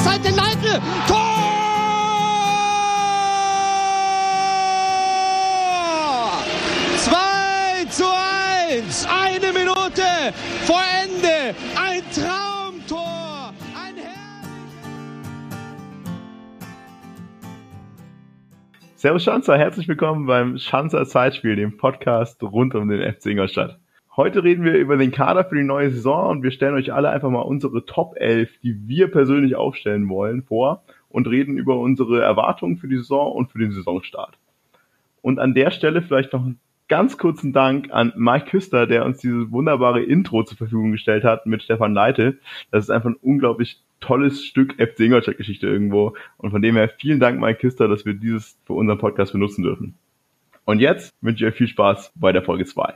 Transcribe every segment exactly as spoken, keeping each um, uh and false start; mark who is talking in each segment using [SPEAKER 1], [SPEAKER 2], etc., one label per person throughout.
[SPEAKER 1] Seite Leitl. Tor! zwei zu eins. Eine Minute vor Ende. Ein Traumtor. Ein Herr.
[SPEAKER 2] Servus Schanzer, herzlich willkommen beim Schanzer Zeitspiel, dem Podcast rund um den F C Ingolstadt. Heute reden wir über den Kader für die neue Saison und wir stellen euch alle einfach mal unsere Top elf, die wir persönlich aufstellen wollen, vor und reden über unsere Erwartungen für die Saison und für den Saisonstart. Und an der Stelle vielleicht noch einen ganz kurzen Dank an Mike Küster, der uns dieses wunderbare Intro zur Verfügung gestellt hat mit Stefan Leitl. Das ist einfach ein unglaublich tolles Stück F C Ingolstadt-Geschichte irgendwo. Und von dem her vielen Dank, Mike Küster, dass wir dieses für unseren Podcast benutzen dürfen. Und jetzt wünsche ich euch viel Spaß bei der Folge zwei.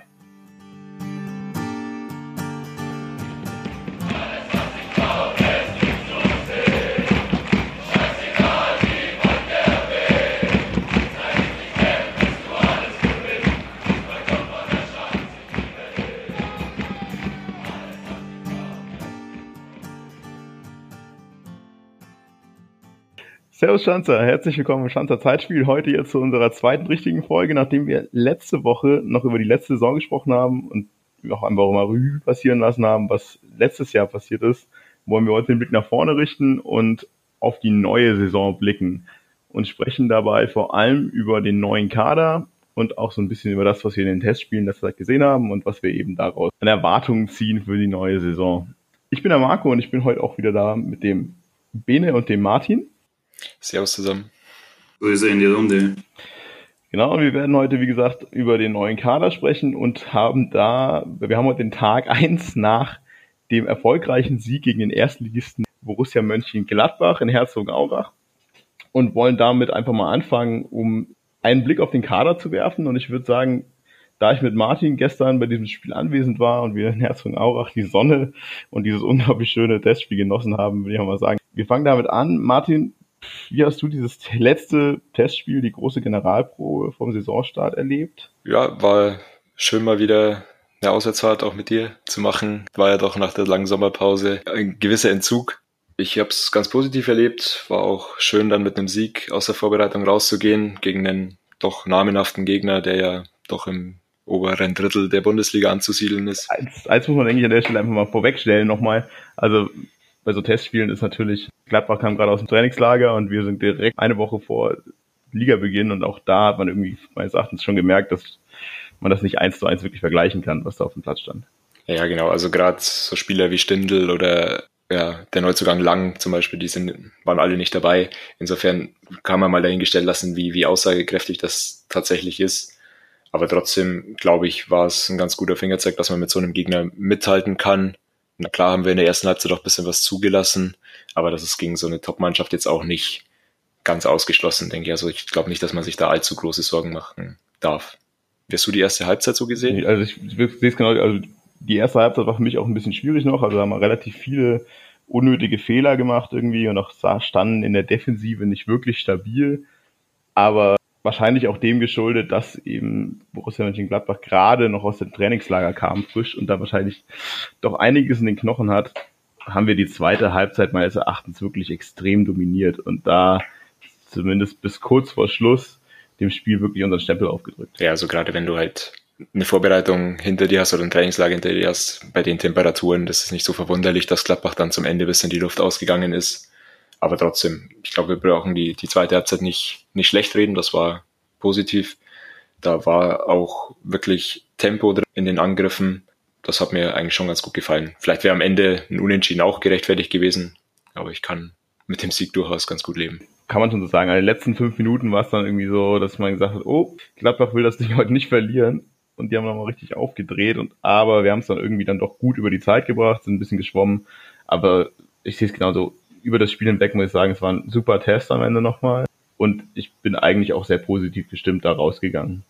[SPEAKER 2] Servus Schanzer, herzlich willkommen im Schanzer Zeitspiel. Heute jetzt zu unserer zweiten richtigen Folge, nachdem wir letzte Woche noch über die letzte Saison gesprochen haben und auch einfach mal Revue passieren lassen haben, was letztes Jahr passiert ist, wollen wir heute den Blick nach vorne richten und auf die neue Saison blicken und sprechen dabei vor allem über den neuen Kader und auch so ein bisschen über das, was wir in den Testspielen letzte Zeit gesehen haben und was wir eben daraus an Erwartungen ziehen für die neue Saison. Ich bin der Marco und ich bin heute auch wieder da mit dem Bene und dem Martin.
[SPEAKER 3] Servus zusammen.
[SPEAKER 4] Grüße in die Runde.
[SPEAKER 2] Genau, und wir werden heute, wie gesagt, über den neuen Kader sprechen und haben da, wir haben heute den Tag eins nach dem erfolgreichen Sieg gegen den Erstligisten Borussia Mönchengladbach in Herzogenaurach und wollen damit einfach mal anfangen, um einen Blick auf den Kader zu werfen. Und ich würde sagen, da ich mit Martin gestern bei diesem Spiel anwesend war und wir in Herzogenaurach die Sonne und dieses unglaublich schöne Testspiel genossen haben, würde ich auch mal sagen, wir fangen damit an. Martin, wie hast du dieses letzte Testspiel, die große Generalprobe vom Saisonstart erlebt?
[SPEAKER 3] Ja, war schön mal wieder eine Auswärtsfahrt auch mit dir zu machen. War ja doch nach der langen Sommerpause ein gewisser Entzug. Ich habe es ganz positiv erlebt, war auch schön dann mit einem Sieg aus der Vorbereitung rauszugehen gegen einen doch namenhaften Gegner, der ja doch im oberen Drittel der Bundesliga anzusiedeln ist.
[SPEAKER 2] Eins, eins muss man eigentlich an der Stelle einfach mal vorwegstellen nochmal. Also bei so Testspielen ist natürlich, Gladbach kam gerade aus dem Trainingslager und wir sind direkt eine Woche vor Ligabeginn und auch da hat man irgendwie meines Erachtens schon gemerkt, dass man das nicht eins zu eins wirklich vergleichen kann, was da auf dem Platz stand.
[SPEAKER 3] Ja, genau, also gerade so Spieler wie Stindl oder ja, der Neuzugang Lang zum Beispiel, die sind, waren alle nicht dabei. Insofern kann man mal dahingestellt lassen, wie, wie aussagekräftig das tatsächlich ist. Aber trotzdem, glaube ich, war es ein ganz guter Fingerzeig, dass man mit so einem Gegner mithalten kann. Na klar haben wir in der ersten Halbzeit auch ein bisschen was zugelassen, aber das ist gegen so eine Top-Mannschaft jetzt auch nicht ganz ausgeschlossen, denke ich. Also ich glaube nicht, dass man sich da allzu große Sorgen machen darf. Wie hast du die erste Halbzeit so gesehen?
[SPEAKER 2] Also ich, ich sehe es genau, also die erste Halbzeit war für mich auch ein bisschen schwierig noch, also da haben wir relativ viele unnötige Fehler gemacht irgendwie und auch standen in der Defensive nicht wirklich stabil, aber wahrscheinlich auch dem geschuldet, dass eben Borussia Mönchengladbach gerade noch aus dem Trainingslager kam, frisch und da wahrscheinlich doch einiges in den Knochen hat, haben wir die zweite Halbzeit meines Erachtens wirklich extrem dominiert und da zumindest bis kurz vor Schluss dem Spiel wirklich unseren Stempel aufgedrückt.
[SPEAKER 3] Ja, also gerade wenn du halt eine Vorbereitung hinter dir hast oder ein Trainingslager hinter dir hast, bei den Temperaturen, das ist nicht so verwunderlich, dass Gladbach dann zum Ende bis in die Luft ausgegangen ist. Aber trotzdem, ich glaube, wir brauchen die, die zweite Halbzeit nicht, nicht schlecht reden. Das war positiv. Da war auch wirklich Tempo drin in den Angriffen. Das hat mir eigentlich schon ganz gut gefallen. Vielleicht wäre am Ende ein Unentschieden auch gerechtfertigt gewesen. Aber ich kann mit dem Sieg durchaus ganz gut leben.
[SPEAKER 2] Kann man schon so sagen. In den letzten fünf Minuten war es dann irgendwie so, dass man gesagt hat, oh, Gladbach will das Ding heute nicht verlieren. Und die haben nochmal richtig aufgedreht. Und aber wir haben es dann irgendwie dann doch gut über die Zeit gebracht, sind ein bisschen geschwommen. Aber ich sehe es genauso. Über das Spiel hinweg muss ich sagen, es war ein super Test am Ende nochmal. Und ich bin eigentlich auch sehr positiv gestimmt da rausgegangen.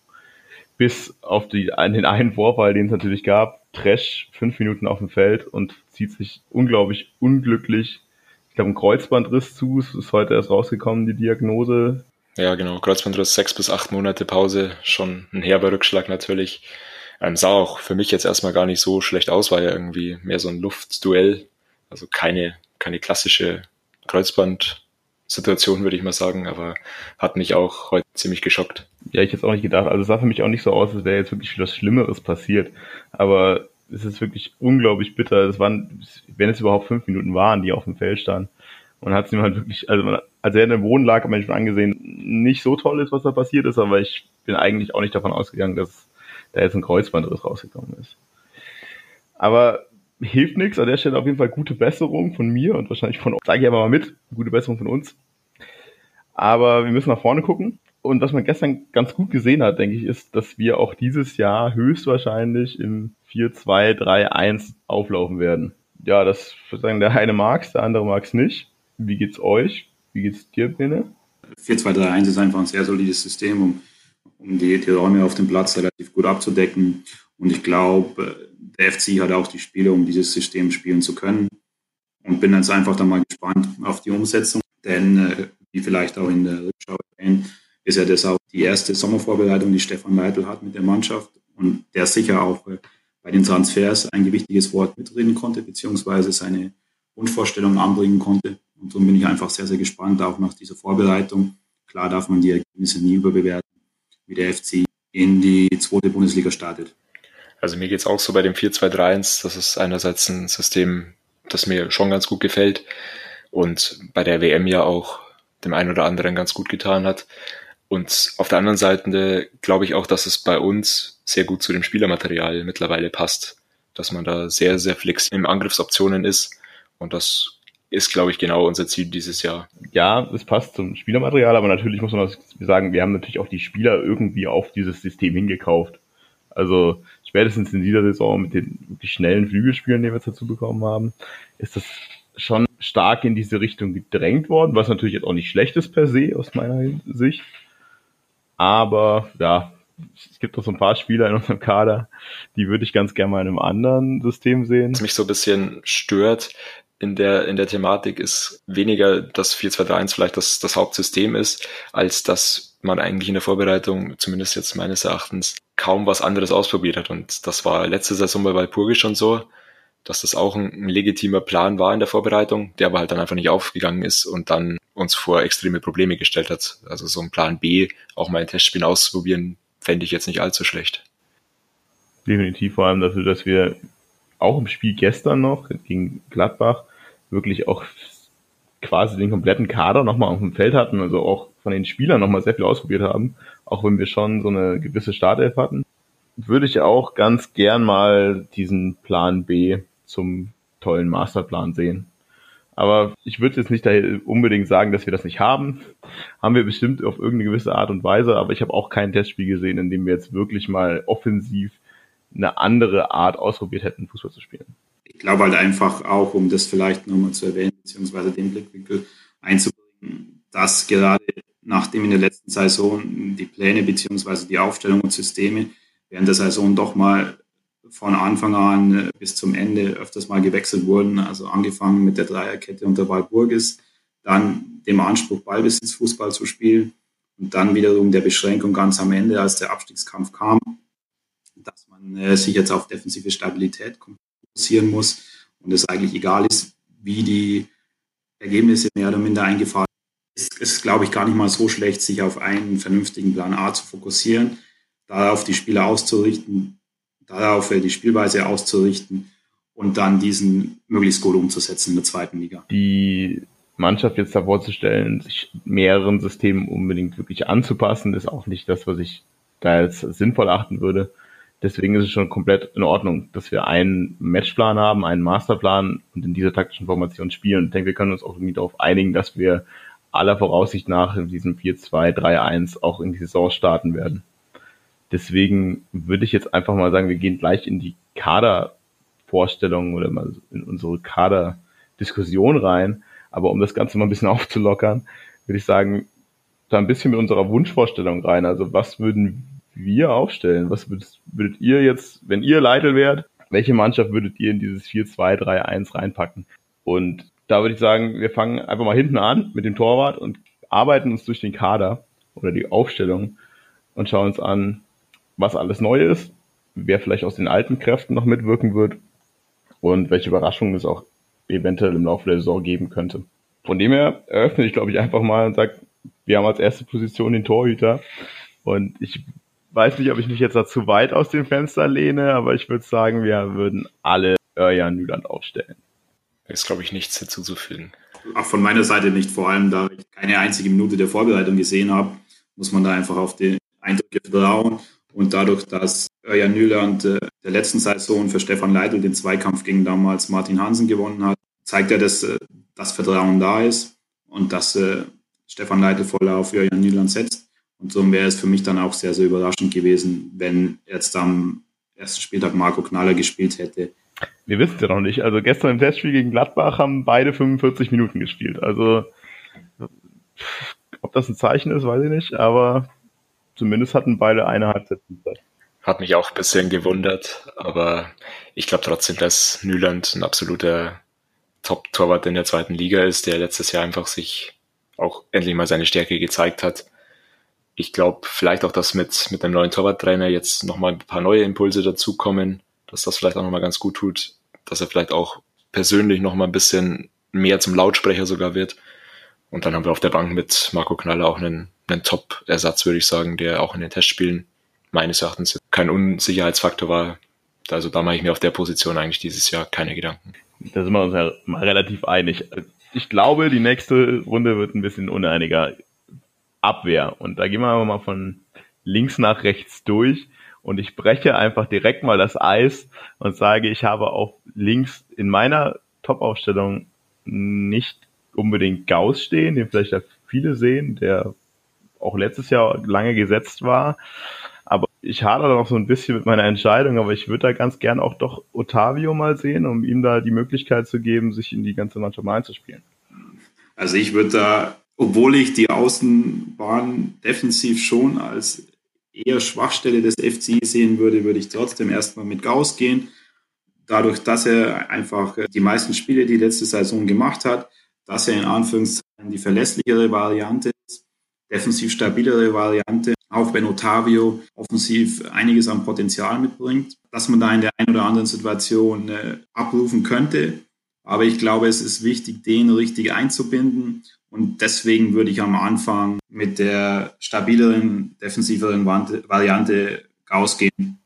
[SPEAKER 2] Bis auf die, an den einen Vorfall, den es natürlich gab. Tresch, fünf Minuten auf dem Feld und zieht sich unglaublich unglücklich. Ich glaube, ein Kreuzbandriss zu. Es ist heute erst rausgekommen, die Diagnose.
[SPEAKER 3] Ja, genau. Kreuzbandriss, sechs bis acht Monate Pause. Schon ein herber Rückschlag natürlich. Ähm, sah auch für mich jetzt erstmal gar nicht so schlecht aus. War ja irgendwie mehr so ein Luftduell. Also keine keine klassische Kreuzband-Situation, würde ich mal sagen, aber hat mich auch heute ziemlich geschockt.
[SPEAKER 2] Ja, ich hätte es auch nicht gedacht. Also es sah für mich auch nicht so aus, als wäre jetzt wirklich was Schlimmeres passiert. Aber es ist wirklich unglaublich bitter. Es waren, wenn es überhaupt fünf Minuten waren, die auf dem Feld standen. Und hat es ihm halt wirklich, also man, als er in dem Boden lag, hat man schon angesehen, nicht so toll ist, was da passiert ist, aber ich bin eigentlich auch nicht davon ausgegangen, dass da jetzt ein Kreuzbandriss rausgekommen ist. Aber hilft nichts, an der Stelle auf jeden Fall gute Besserung von mir und wahrscheinlich von, sage ich aber mal mit, gute Besserung von uns. Aber wir müssen nach vorne gucken. Und was man gestern ganz gut gesehen hat, denke ich, ist, dass wir auch dieses Jahr höchstwahrscheinlich im vier zwei drei eins auflaufen werden. Ja, das würde sagen, der eine mag's, der andere mag's nicht. Wie geht's euch? Wie geht's dir, Bene?
[SPEAKER 4] vier zwei drei eins ist einfach ein sehr solides System, um, um die, die Räume auf dem Platz relativ gut abzudecken. Und ich glaube, der F C hat auch die Spieler, um dieses System spielen zu können. Und bin jetzt einfach dann mal gespannt auf die Umsetzung. Denn, äh, wie vielleicht auch in der Rückschau erwähnt, ist ja das auch die erste Sommervorbereitung, die Stefan Leitl hat mit der Mannschaft. Und der sicher auch äh, bei den Transfers ein gewichtiges Wort mitreden konnte, beziehungsweise seine Wunschvorstellungen anbringen konnte. Und darum bin ich einfach sehr, sehr gespannt, auch nach dieser Vorbereitung. Klar darf man die Ergebnisse nie überbewerten, wie der F C in die zweite Bundesliga startet.
[SPEAKER 3] Also mir geht's auch so bei dem vier zwei drei eins. Das ist einerseits ein System, das mir schon ganz gut gefällt und bei der W M ja auch dem einen oder anderen ganz gut getan hat. Und auf der anderen Seite glaube ich auch, dass es bei uns sehr gut zu dem Spielermaterial mittlerweile passt, dass man da sehr, sehr flexibel in Angriffsoptionen ist. Und das ist, glaube ich, genau unser Ziel dieses Jahr.
[SPEAKER 2] Ja, es passt zum Spielermaterial, aber natürlich muss man auch sagen, wir haben natürlich auch die Spieler irgendwie auf dieses System hingekauft. Also spätestens in dieser Saison mit den wirklich schnellen Flügelspielen, die wir jetzt dazu bekommen haben, ist das schon stark in diese Richtung gedrängt worden, was natürlich jetzt auch nicht schlecht ist per se aus meiner Sicht. Aber ja, es gibt doch so ein paar Spieler in unserem Kader, die würde ich ganz gerne mal in einem anderen System sehen.
[SPEAKER 3] Was mich so ein bisschen stört in der in der Thematik ist weniger, dass vier zwei drei eins vielleicht das, das Hauptsystem ist, als dass man eigentlich in der Vorbereitung, zumindest jetzt meines Erachtens, kaum was anderes ausprobiert hat. Und das war letzte Saison bei Walpurgis schon so, dass das auch ein, ein legitimer Plan war in der Vorbereitung, der aber halt dann einfach nicht aufgegangen ist und dann uns vor extreme Probleme gestellt hat. Also so ein Plan B, auch mal ein Testspiel auszuprobieren, fände ich jetzt nicht allzu schlecht.
[SPEAKER 2] Definitiv, vor allem dafür, dass wir auch im Spiel gestern noch gegen Gladbach wirklich auch quasi den kompletten Kader nochmal auf dem Feld hatten, also auch von den Spielern nochmal sehr viel ausprobiert haben, auch wenn wir schon so eine gewisse Startelf hatten, würde ich auch ganz gern mal diesen Plan B zum tollen Masterplan sehen. Aber ich würde jetzt nicht unbedingt sagen, dass wir das nicht haben. Haben wir bestimmt auf irgendeine gewisse Art und Weise, aber ich habe auch kein Testspiel gesehen, in dem wir jetzt wirklich mal offensiv eine andere Art ausprobiert hätten, Fußball zu spielen.
[SPEAKER 4] Ich glaube halt einfach auch, um das vielleicht nochmal zu erwähnen, beziehungsweise den Blickwinkel einzubringen, dass gerade nachdem in der letzten Saison die Pläne beziehungsweise die Aufstellung und Systeme während der Saison doch mal von Anfang an bis zum Ende öfters mal gewechselt wurden, also angefangen mit der Dreierkette unter Walpurgis, dann dem Anspruch, Ballbesitzfußball zu spielen und dann wiederum der Beschränkung ganz am Ende, als der Abstiegskampf kam, dass man äh, sich jetzt auf defensive Stabilität fokussieren muss und es eigentlich egal ist, wie die Ergebnisse mehr oder minder eingefahren sind. Es ist, glaube ich, gar nicht mal so schlecht, sich auf einen vernünftigen Plan A zu fokussieren, darauf die Spieler auszurichten, darauf die Spielweise auszurichten und dann diesen möglichst gut umzusetzen in der zweiten Liga.
[SPEAKER 2] Die Mannschaft jetzt da vorzustellen, sich mehreren Systemen unbedingt wirklich anzupassen, ist auch nicht das, was ich da als sinnvoll achten würde. Deswegen ist es schon komplett in Ordnung, dass wir einen Matchplan haben, einen Masterplan und in dieser taktischen Formation spielen. Ich denke, wir können uns auch irgendwie darauf einigen, dass wir aller Voraussicht nach in diesem vier zwei drei eins auch in die Saison starten werden. Deswegen würde ich jetzt einfach mal sagen, wir gehen gleich in die Kadervorstellung oder mal in unsere Kaderdiskussion rein. Aber um das Ganze mal ein bisschen aufzulockern, würde ich sagen, da ein bisschen mit unserer Wunschvorstellung rein. Also was würden wir aufstellen? Was würdet, würdet ihr jetzt, wenn ihr Leitl wärt, welche Mannschaft würdet ihr in dieses vier zwei drei eins reinpacken? Und da würde ich sagen, wir fangen einfach mal hinten an mit dem Torwart und arbeiten uns durch den Kader oder die Aufstellung und schauen uns an, was alles neu ist, wer vielleicht aus den alten Kräften noch mitwirken wird und welche Überraschungen es auch eventuell im Laufe der Saison geben könnte. Von dem her eröffne ich, glaube ich, einfach mal und sage, wir haben als erste Position den Torhüter. Und ich weiß nicht, ob ich mich jetzt da zu weit aus dem Fenster lehne, aber ich würde sagen, wir würden alle Örjan Nyland aufstellen.
[SPEAKER 3] Ist, glaube ich, nichts hinzuzufügen.
[SPEAKER 4] Auch von meiner Seite nicht, vor allem da ich keine einzige Minute der Vorbereitung gesehen habe, muss man da einfach auf die Eindrücke vertrauen. Und dadurch, dass Örjan Nyland äh, der letzten Saison für Stefan Leitl den Zweikampf gegen damals Martin Hansen gewonnen hat, zeigt er, dass äh, das Vertrauen da ist und dass äh, Stefan Leitl voll auf Örjan Nyland setzt. Und so wäre es für mich dann auch sehr, sehr überraschend gewesen, wenn jetzt am ersten Spieltag Marco Knaller gespielt hätte.
[SPEAKER 2] Wir wissen es ja noch nicht. Also gestern im Testspiel gegen Gladbach haben beide fünfundvierzig Minuten gespielt. Also ob das ein Zeichen ist, weiß ich nicht, aber zumindest hatten beide eine Halbzeitzeit.
[SPEAKER 3] Hat mich auch ein bisschen gewundert, aber ich glaube trotzdem, dass Nyland ein absoluter Top-Torwart in der zweiten Liga ist, der letztes Jahr einfach sich auch endlich mal seine Stärke gezeigt hat. Ich glaube vielleicht auch, dass mit, mit dem neuen Torwarttrainer jetzt nochmal ein paar neue Impulse dazukommen, dass das vielleicht auch nochmal ganz gut tut, dass er vielleicht auch persönlich nochmal ein bisschen mehr zum Lautsprecher sogar wird. Und dann haben wir auf der Bank mit Marco Knaller auch einen, einen Top-Ersatz, würde ich sagen, der auch in den Testspielen meines Erachtens kein Unsicherheitsfaktor war. Also da mache ich mir auf der Position eigentlich dieses Jahr keine Gedanken.
[SPEAKER 2] Da sind wir uns ja mal relativ einig. Ich glaube, die nächste Runde wird ein bisschen uneiniger. Abwehr. Und da gehen wir aber mal von links nach rechts durch. Und ich breche einfach direkt mal das Eis und sage, ich habe auf links in meiner Top-Aufstellung nicht unbedingt Gauss stehen, den vielleicht ja viele sehen, der auch letztes Jahr lange gesetzt war. Aber ich hadere noch so ein bisschen mit meiner Entscheidung, aber ich würde da ganz gern auch doch Otavio mal sehen, um ihm da die Möglichkeit zu geben, sich in die ganze Mannschaft mal einzuspielen.
[SPEAKER 4] Also ich würde da, obwohl ich die Außenbahn defensiv schon als eher Schwachstelle des F C sehen würde, würde ich trotzdem erstmal mit Gauss gehen. Dadurch, dass er einfach die meisten Spiele die letzte Saison gemacht hat, dass er in Anführungszeichen die verlässlichere Variante ist, defensiv stabilere Variante, auch wenn Otavio offensiv einiges an Potenzial mitbringt, dass man da in der einen oder anderen Situation äh, abrufen könnte. Aber ich glaube, es ist wichtig, den richtig einzubinden. Und deswegen würde ich am Anfang mit der stabileren, defensiveren Variante Gauss gehen.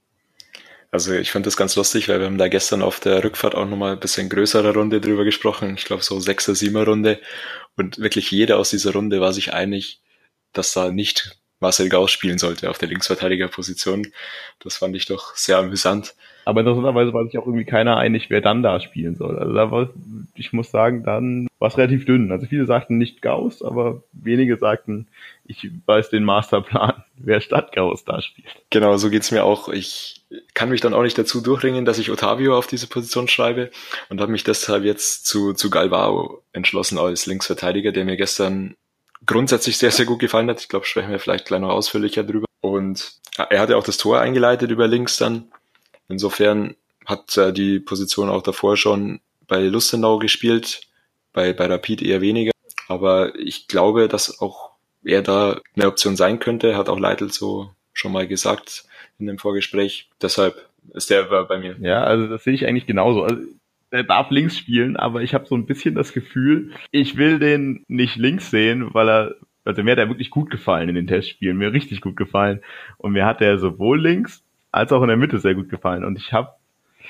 [SPEAKER 3] Also ich fand das ganz lustig, weil wir haben da gestern auf der Rückfahrt auch nochmal ein bisschen größere Runde drüber gesprochen. Ich glaube so sechser, siebener Runde. Und wirklich jeder aus dieser Runde war sich einig, dass da nicht Marcel Gauss spielen sollte auf der Linksverteidigerposition. Das fand ich doch sehr amüsant.
[SPEAKER 2] Aber interessanterweise war sich auch irgendwie keiner einig, wer dann da spielen soll. Also da war, ich muss sagen, dann war es relativ dünn. Also viele sagten nicht Gauss, aber wenige sagten, ich weiß den Masterplan, wer statt Gauss da spielt.
[SPEAKER 3] Genau, so geht's mir auch. Ich kann mich dann auch nicht dazu durchringen, dass ich Otavio auf diese Position schreibe und habe mich deshalb jetzt zu, zu Galvao entschlossen als Linksverteidiger, der mir gestern grundsätzlich sehr, sehr gut gefallen hat. Ich glaube, sprechen wir vielleicht gleich noch ausführlicher drüber. Und er hatte auch das Tor eingeleitet über links dann. Insofern hat er die Position auch davor schon bei Lustenau gespielt, bei, bei Rapid eher weniger. Aber ich glaube, dass auch er da eine Option sein könnte, hat auch Leitl so schon mal gesagt in dem Vorgespräch. Deshalb ist der bei mir.
[SPEAKER 2] Ja, also das sehe ich eigentlich genauso. Also er darf links spielen, aber ich habe so ein bisschen das Gefühl, ich will den nicht links sehen, weil er, also mir hat er wirklich gut gefallen in den Testspielen, mir richtig gut gefallen. Und mir hat er sowohl links als auch in der Mitte sehr gut gefallen. Und ich habe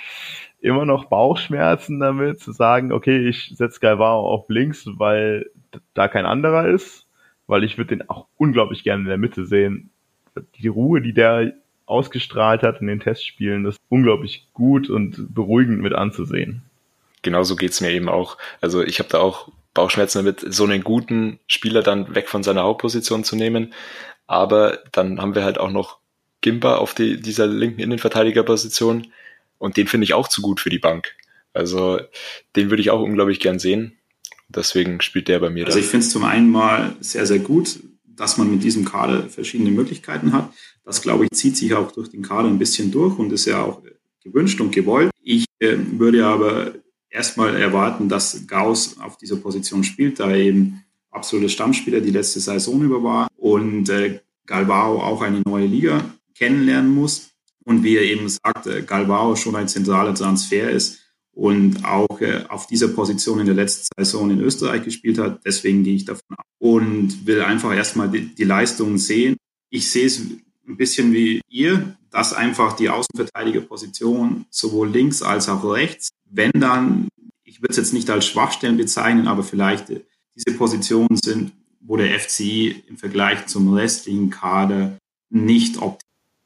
[SPEAKER 2] immer noch Bauchschmerzen damit, zu sagen, okay, ich setze Galvao auf links, weil da kein anderer ist, weil ich würde den auch unglaublich gerne in der Mitte sehen. Die Ruhe, die der ausgestrahlt hat in den Testspielen, das ist unglaublich gut und beruhigend mit anzusehen.
[SPEAKER 3] Genauso geht's mir eben auch. Also ich habe da auch Bauchschmerzen damit, so einen guten Spieler dann weg von seiner Hauptposition zu nehmen. Aber dann haben wir halt auch noch Gimba auf die, dieser linken Innenverteidigerposition und den finde ich auch zu gut für die Bank. Also den würde ich auch unglaublich gern sehen. Deswegen spielt der bei mir.
[SPEAKER 4] Also ich finde es zum einen mal sehr, sehr gut, dass man mit diesem Kader verschiedene Möglichkeiten hat. Das, glaube ich, zieht sich auch durch den Kader ein bisschen durch und ist ja auch gewünscht und gewollt. Ich äh, würde aber erstmal erwarten, dass Gauss auf dieser Position spielt, da er eben absoluter Stammspieler die letzte Saison über war und äh, Galvao auch eine neue Liga kennenlernen muss. Und wie er eben sagt, äh, Galvao schon ein zentraler Transfer ist und auch äh, auf dieser Position in der letzten Saison in Österreich gespielt hat. Deswegen gehe ich davon ab und will einfach erstmal die, die Leistungen sehen. Ich sehe es ein bisschen wie ihr, dass einfach die Außenverteidigerposition sowohl links als auch rechts, wenn dann, ich würde es jetzt nicht als Schwachstellen bezeichnen, aber vielleicht äh, diese Positionen sind, wo der F C im Vergleich zum restlichen Kader nicht optimal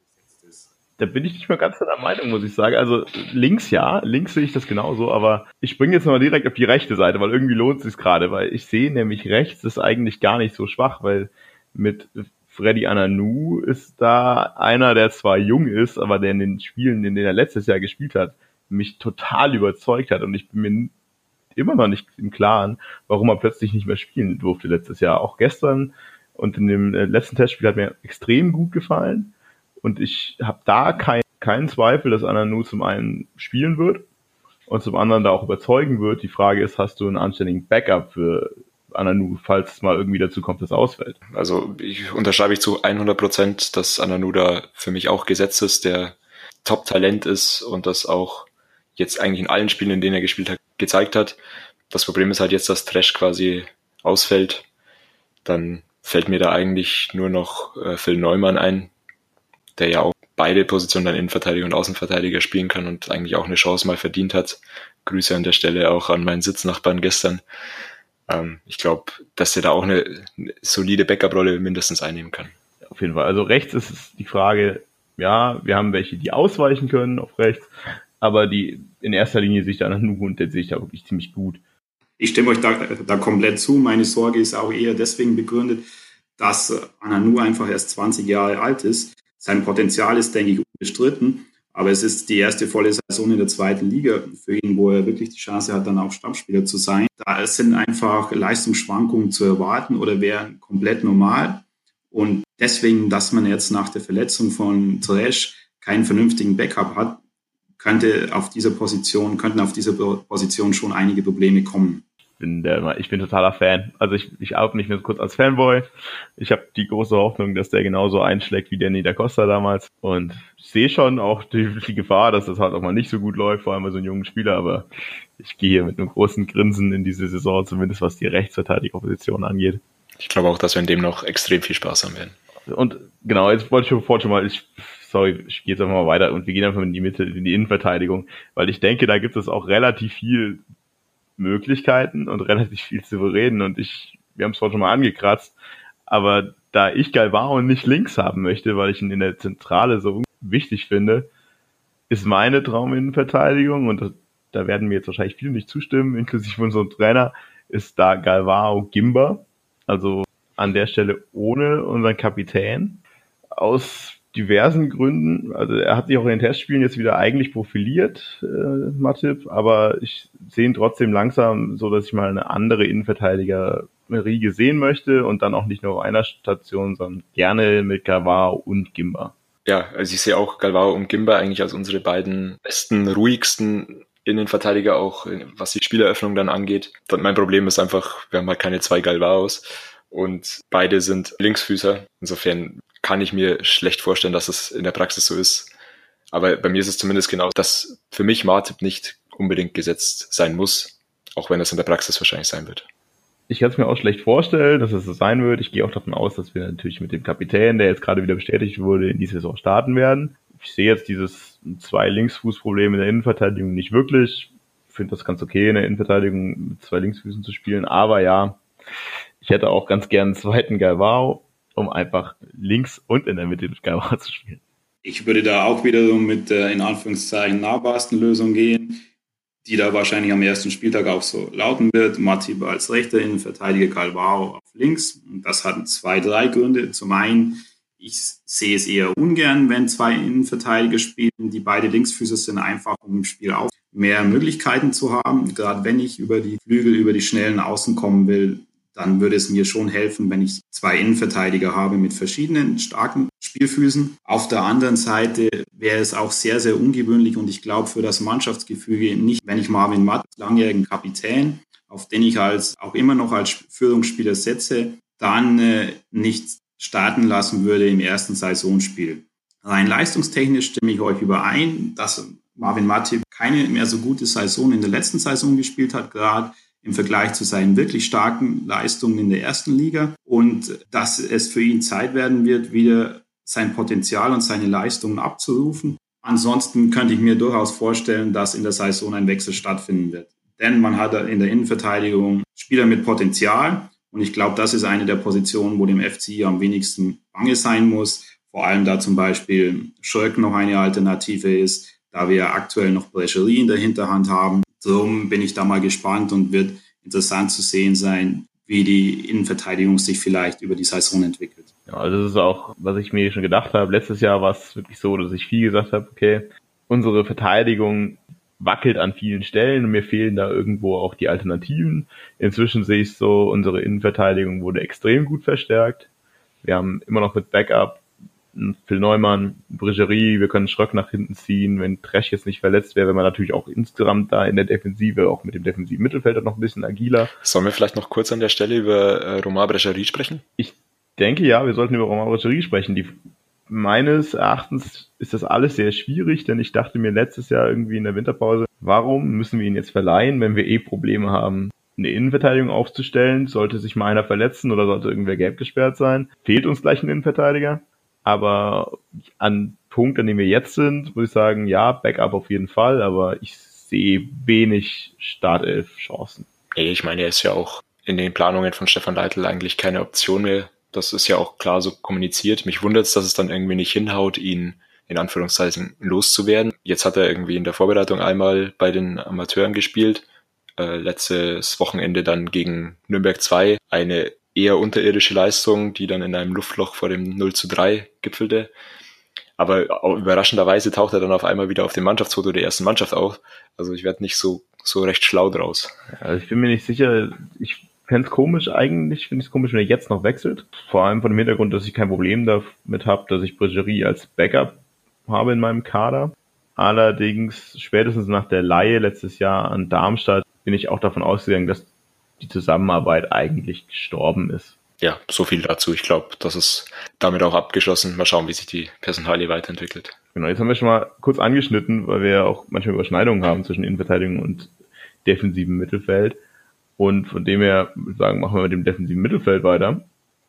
[SPEAKER 4] ist.
[SPEAKER 2] Da bin ich nicht mehr ganz der Meinung, muss ich sagen. Also links ja, links sehe ich das genauso, aber ich springe jetzt mal direkt auf die rechte Seite, weil irgendwie lohnt es sich gerade, weil ich sehe nämlich rechts ist eigentlich gar nicht so schwach, weil mit Freddy Ananou ist da einer, der zwar jung ist, aber der in den Spielen, in denen er letztes Jahr gespielt hat, mich total überzeugt hat und ich bin mir immer noch nicht im Klaren, warum er plötzlich nicht mehr spielen durfte letztes Jahr. Auch gestern und in dem letzten Testspiel hat mir extrem gut gefallen und ich habe da kein, keinen Zweifel, dass Ananou zum einen spielen wird und zum anderen da auch überzeugen wird. Die Frage ist, hast du einen anständigen Backup für Ananou, falls es mal irgendwie dazu kommt, dass er ausfällt?
[SPEAKER 3] Also ich unterschreibe ich zu hundert Prozent, dass Ananou da für mich auch gesetzt ist, der Top-Talent ist und das auch jetzt eigentlich in allen Spielen, in denen er gespielt hat, gezeigt hat. Das Problem ist halt jetzt, dass Tresch quasi ausfällt. Dann fällt mir da eigentlich nur noch äh, Phil Neumann ein, der ja auch beide Positionen, dann Innenverteidiger und Außenverteidiger spielen kann und eigentlich auch eine Chance mal verdient hat. Grüße an der Stelle auch an meinen Sitznachbarn gestern. Ähm, ich glaube, dass er da auch eine, eine solide Backup-Rolle mindestens einnehmen kann.
[SPEAKER 2] Auf jeden Fall. Also rechts ist es die Frage, ja, wir haben welche, die ausweichen können auf rechts, aber die in erster Linie sich da Ananou und der sehe ich da wirklich ziemlich gut.
[SPEAKER 4] Ich stimme euch da, da komplett zu. Meine Sorge ist auch eher deswegen begründet, dass Ananou einfach erst zwanzig Jahre alt ist. Sein Potenzial ist, denke ich, unbestritten. Aber es ist die erste volle Saison in der zweiten Liga für ihn, wo er wirklich die Chance hat, dann auch Stammspieler zu sein. Da sind einfach Leistungsschwankungen zu erwarten oder wären komplett normal. Und deswegen, dass man jetzt nach der Verletzung von Tresch keinen vernünftigen Backup hat, könnte auf dieser Position, könnten auf dieser Position schon einige Probleme kommen.
[SPEAKER 2] Ich bin, der, ich bin totaler Fan. Also ich, ich oute mich nur kurz als Fanboy. Ich habe die große Hoffnung, dass der genauso einschlägt wie Danny da Costa damals. Und ich sehe schon auch die, die Gefahr, dass das halt auch mal nicht so gut läuft, vor allem bei so einem jungen Spieler. Aber ich gehe hier mit einem großen Grinsen in diese Saison, zumindest was die Rechtsverteidigerposition angeht.
[SPEAKER 3] Ich glaube auch, dass wir in dem noch extrem viel Spaß haben werden.
[SPEAKER 2] Und genau, jetzt wollte ich sofort schon mal, ich, sorry, ich gehe jetzt einfach mal weiter und wir gehen einfach in die Mitte, in die Innenverteidigung, weil ich denke, da gibt es auch relativ viel Möglichkeiten und relativ viel zu bereden und ich, wir haben es vorhin schon mal angekratzt, aber da ich Galvao nicht links haben möchte, weil ich ihn in der Zentrale so wichtig finde, ist meine Trauminnenverteidigung und das, da werden mir jetzt wahrscheinlich viele nicht zustimmen, inklusive unserem Trainer, ist da Galvao Gimba, also an der Stelle ohne unseren Kapitän, aus diversen Gründen. Also er hat sich auch in den Testspielen jetzt wieder eigentlich profiliert, äh, Matip, aber ich sehe ihn trotzdem langsam so, dass ich mal eine andere Innenverteidiger-Riege sehen möchte und dann auch nicht nur auf einer Station, sondern gerne mit Galvao und Gimba.
[SPEAKER 3] Ja, also ich sehe auch Galvao und Gimba eigentlich als unsere beiden besten, ruhigsten Innenverteidiger, auch was die Spieleröffnung dann angeht. Mein Problem ist einfach, wir haben halt keine zwei Galvaos. Und beide sind Linksfüßer. Insofern kann ich mir schlecht vorstellen, dass es in der Praxis so ist. Aber bei mir ist es zumindest genau, dass für mich Matip nicht unbedingt gesetzt sein muss, auch wenn es in der Praxis wahrscheinlich sein wird.
[SPEAKER 2] Ich kann es mir auch schlecht vorstellen, dass es so sein wird. Ich gehe auch davon aus, dass wir natürlich mit dem Kapitän, der jetzt gerade wieder bestätigt wurde, in die Saison starten werden. Ich sehe jetzt dieses zwei Linksfuß-Problem in der Innenverteidigung nicht wirklich. Ich finde das ganz okay, in der Innenverteidigung mit zwei Linksfüßen zu spielen. Aber ja, ich hätte auch ganz gern einen zweiten Galvao, um einfach links und in der Mitte mit Galvao zu spielen.
[SPEAKER 4] Ich würde da auch wiederum mit der in Anführungszeichen nahbarsten Lösung gehen, die da wahrscheinlich am ersten Spieltag auch so lauten wird. Matip als rechter Innenverteidiger, Galvao auf links. Und das hat zwei, drei Gründe. Zum einen, ich sehe es eher ungern, wenn zwei Innenverteidiger spielen, die beide Linksfüßer sind, einfach um im Spiel auch mehr Möglichkeiten zu haben. Gerade wenn ich über die Flügel, über die schnellen Außen kommen will, dann würde es mir schon helfen, wenn ich zwei Innenverteidiger habe mit verschiedenen starken Spielfüßen. Auf der anderen Seite wäre es auch sehr, sehr ungewöhnlich und ich glaube für das Mannschaftsgefüge nicht, wenn ich Marvin Matt, langjährigen Kapitän, auf den ich als auch immer noch als Führungsspieler setze, dann äh, nicht starten lassen würde im ersten Saisonspiel. Rein leistungstechnisch stimme ich euch überein, dass Marvin Matip keine mehr so gute Saison in der letzten Saison gespielt hat, gerade im Vergleich zu seinen wirklich starken Leistungen in der ersten Liga, und dass es für ihn Zeit werden wird, wieder sein Potenzial und seine Leistungen abzurufen. Ansonsten könnte ich mir durchaus vorstellen, dass in der Saison ein Wechsel stattfinden wird. Denn man hat in der Innenverteidigung Spieler mit Potenzial, und ich glaube, das ist eine der Positionen, wo dem F C am wenigsten bange sein muss. Vor allem da zum Beispiel Schröck noch eine Alternative ist, da wir aktuell noch Brecherie in der Hinterhand haben. Darum bin ich da mal gespannt und wird interessant zu sehen sein, wie die Innenverteidigung sich vielleicht über die Saison entwickelt.
[SPEAKER 2] Ja, also das ist auch, was ich mir schon gedacht habe. Letztes Jahr war es wirklich so, dass ich viel gesagt habe, okay, unsere Verteidigung wackelt an vielen Stellen und mir fehlen da irgendwo auch die Alternativen. Inzwischen sehe ich so, unsere Innenverteidigung wurde extrem gut verstärkt. Wir haben immer noch mit Backup Phil Neumann, Brecherie, wir können Schröck nach hinten ziehen, wenn Tresch jetzt nicht verletzt wäre, wäre man natürlich auch insgesamt da in der Defensive, auch mit dem defensiven Mittelfeld noch ein bisschen agiler.
[SPEAKER 3] Sollen wir vielleicht noch kurz an der Stelle über äh, Romain Brecherie sprechen?
[SPEAKER 2] Ich denke, ja, wir sollten über Romain Brecherie sprechen. Die, meines Erachtens ist das alles sehr schwierig, denn ich dachte mir letztes Jahr irgendwie in der Winterpause, warum müssen wir ihn jetzt verleihen, wenn wir eh Probleme haben, eine Innenverteidigung aufzustellen? Sollte sich mal einer verletzen oder sollte irgendwer gelb gesperrt sein, fehlt uns gleich ein Innenverteidiger. Aber an Punkt, an dem wir jetzt sind, muss ich sagen, ja, Backup auf jeden Fall, aber ich sehe wenig Startelf-Chancen.
[SPEAKER 3] Nee, ich meine, er ist ja auch in den Planungen von Stefan Leitl eigentlich keine Option mehr. Das ist ja auch klar so kommuniziert. Mich wundert es, dass es dann irgendwie nicht hinhaut, ihn in Anführungszeichen loszuwerden. Jetzt hat er irgendwie in der Vorbereitung einmal bei den Amateuren gespielt. Äh, letztes Wochenende dann gegen Nürnberg zwei eine eher unterirdische Leistung, die dann in einem Luftloch vor dem null zu drei gipfelte. Aber überraschenderweise taucht er dann auf einmal wieder auf dem Mannschaftsfoto der ersten Mannschaft auf. Also ich werde nicht so so recht schlau draus.
[SPEAKER 2] Also ich bin mir nicht sicher. Ich fände es komisch eigentlich, finde ich es komisch, wenn er jetzt noch wechselt. Vor allem von dem Hintergrund, dass ich kein Problem damit habe, dass ich Brecherie als Backup habe in meinem Kader. Allerdings spätestens nach der Leihe letztes Jahr an Darmstadt bin ich auch davon ausgegangen, dass die Zusammenarbeit eigentlich gestorben ist.
[SPEAKER 3] Ja, so viel dazu. Ich glaube, das ist damit auch abgeschlossen. Mal schauen, wie sich die Personalie weiterentwickelt.
[SPEAKER 2] Genau, jetzt haben wir schon mal kurz angeschnitten, weil wir ja auch manchmal Überschneidungen haben zwischen Innenverteidigung und defensivem Mittelfeld. Und von dem her, würde ich sagen, machen wir mit dem defensiven Mittelfeld weiter.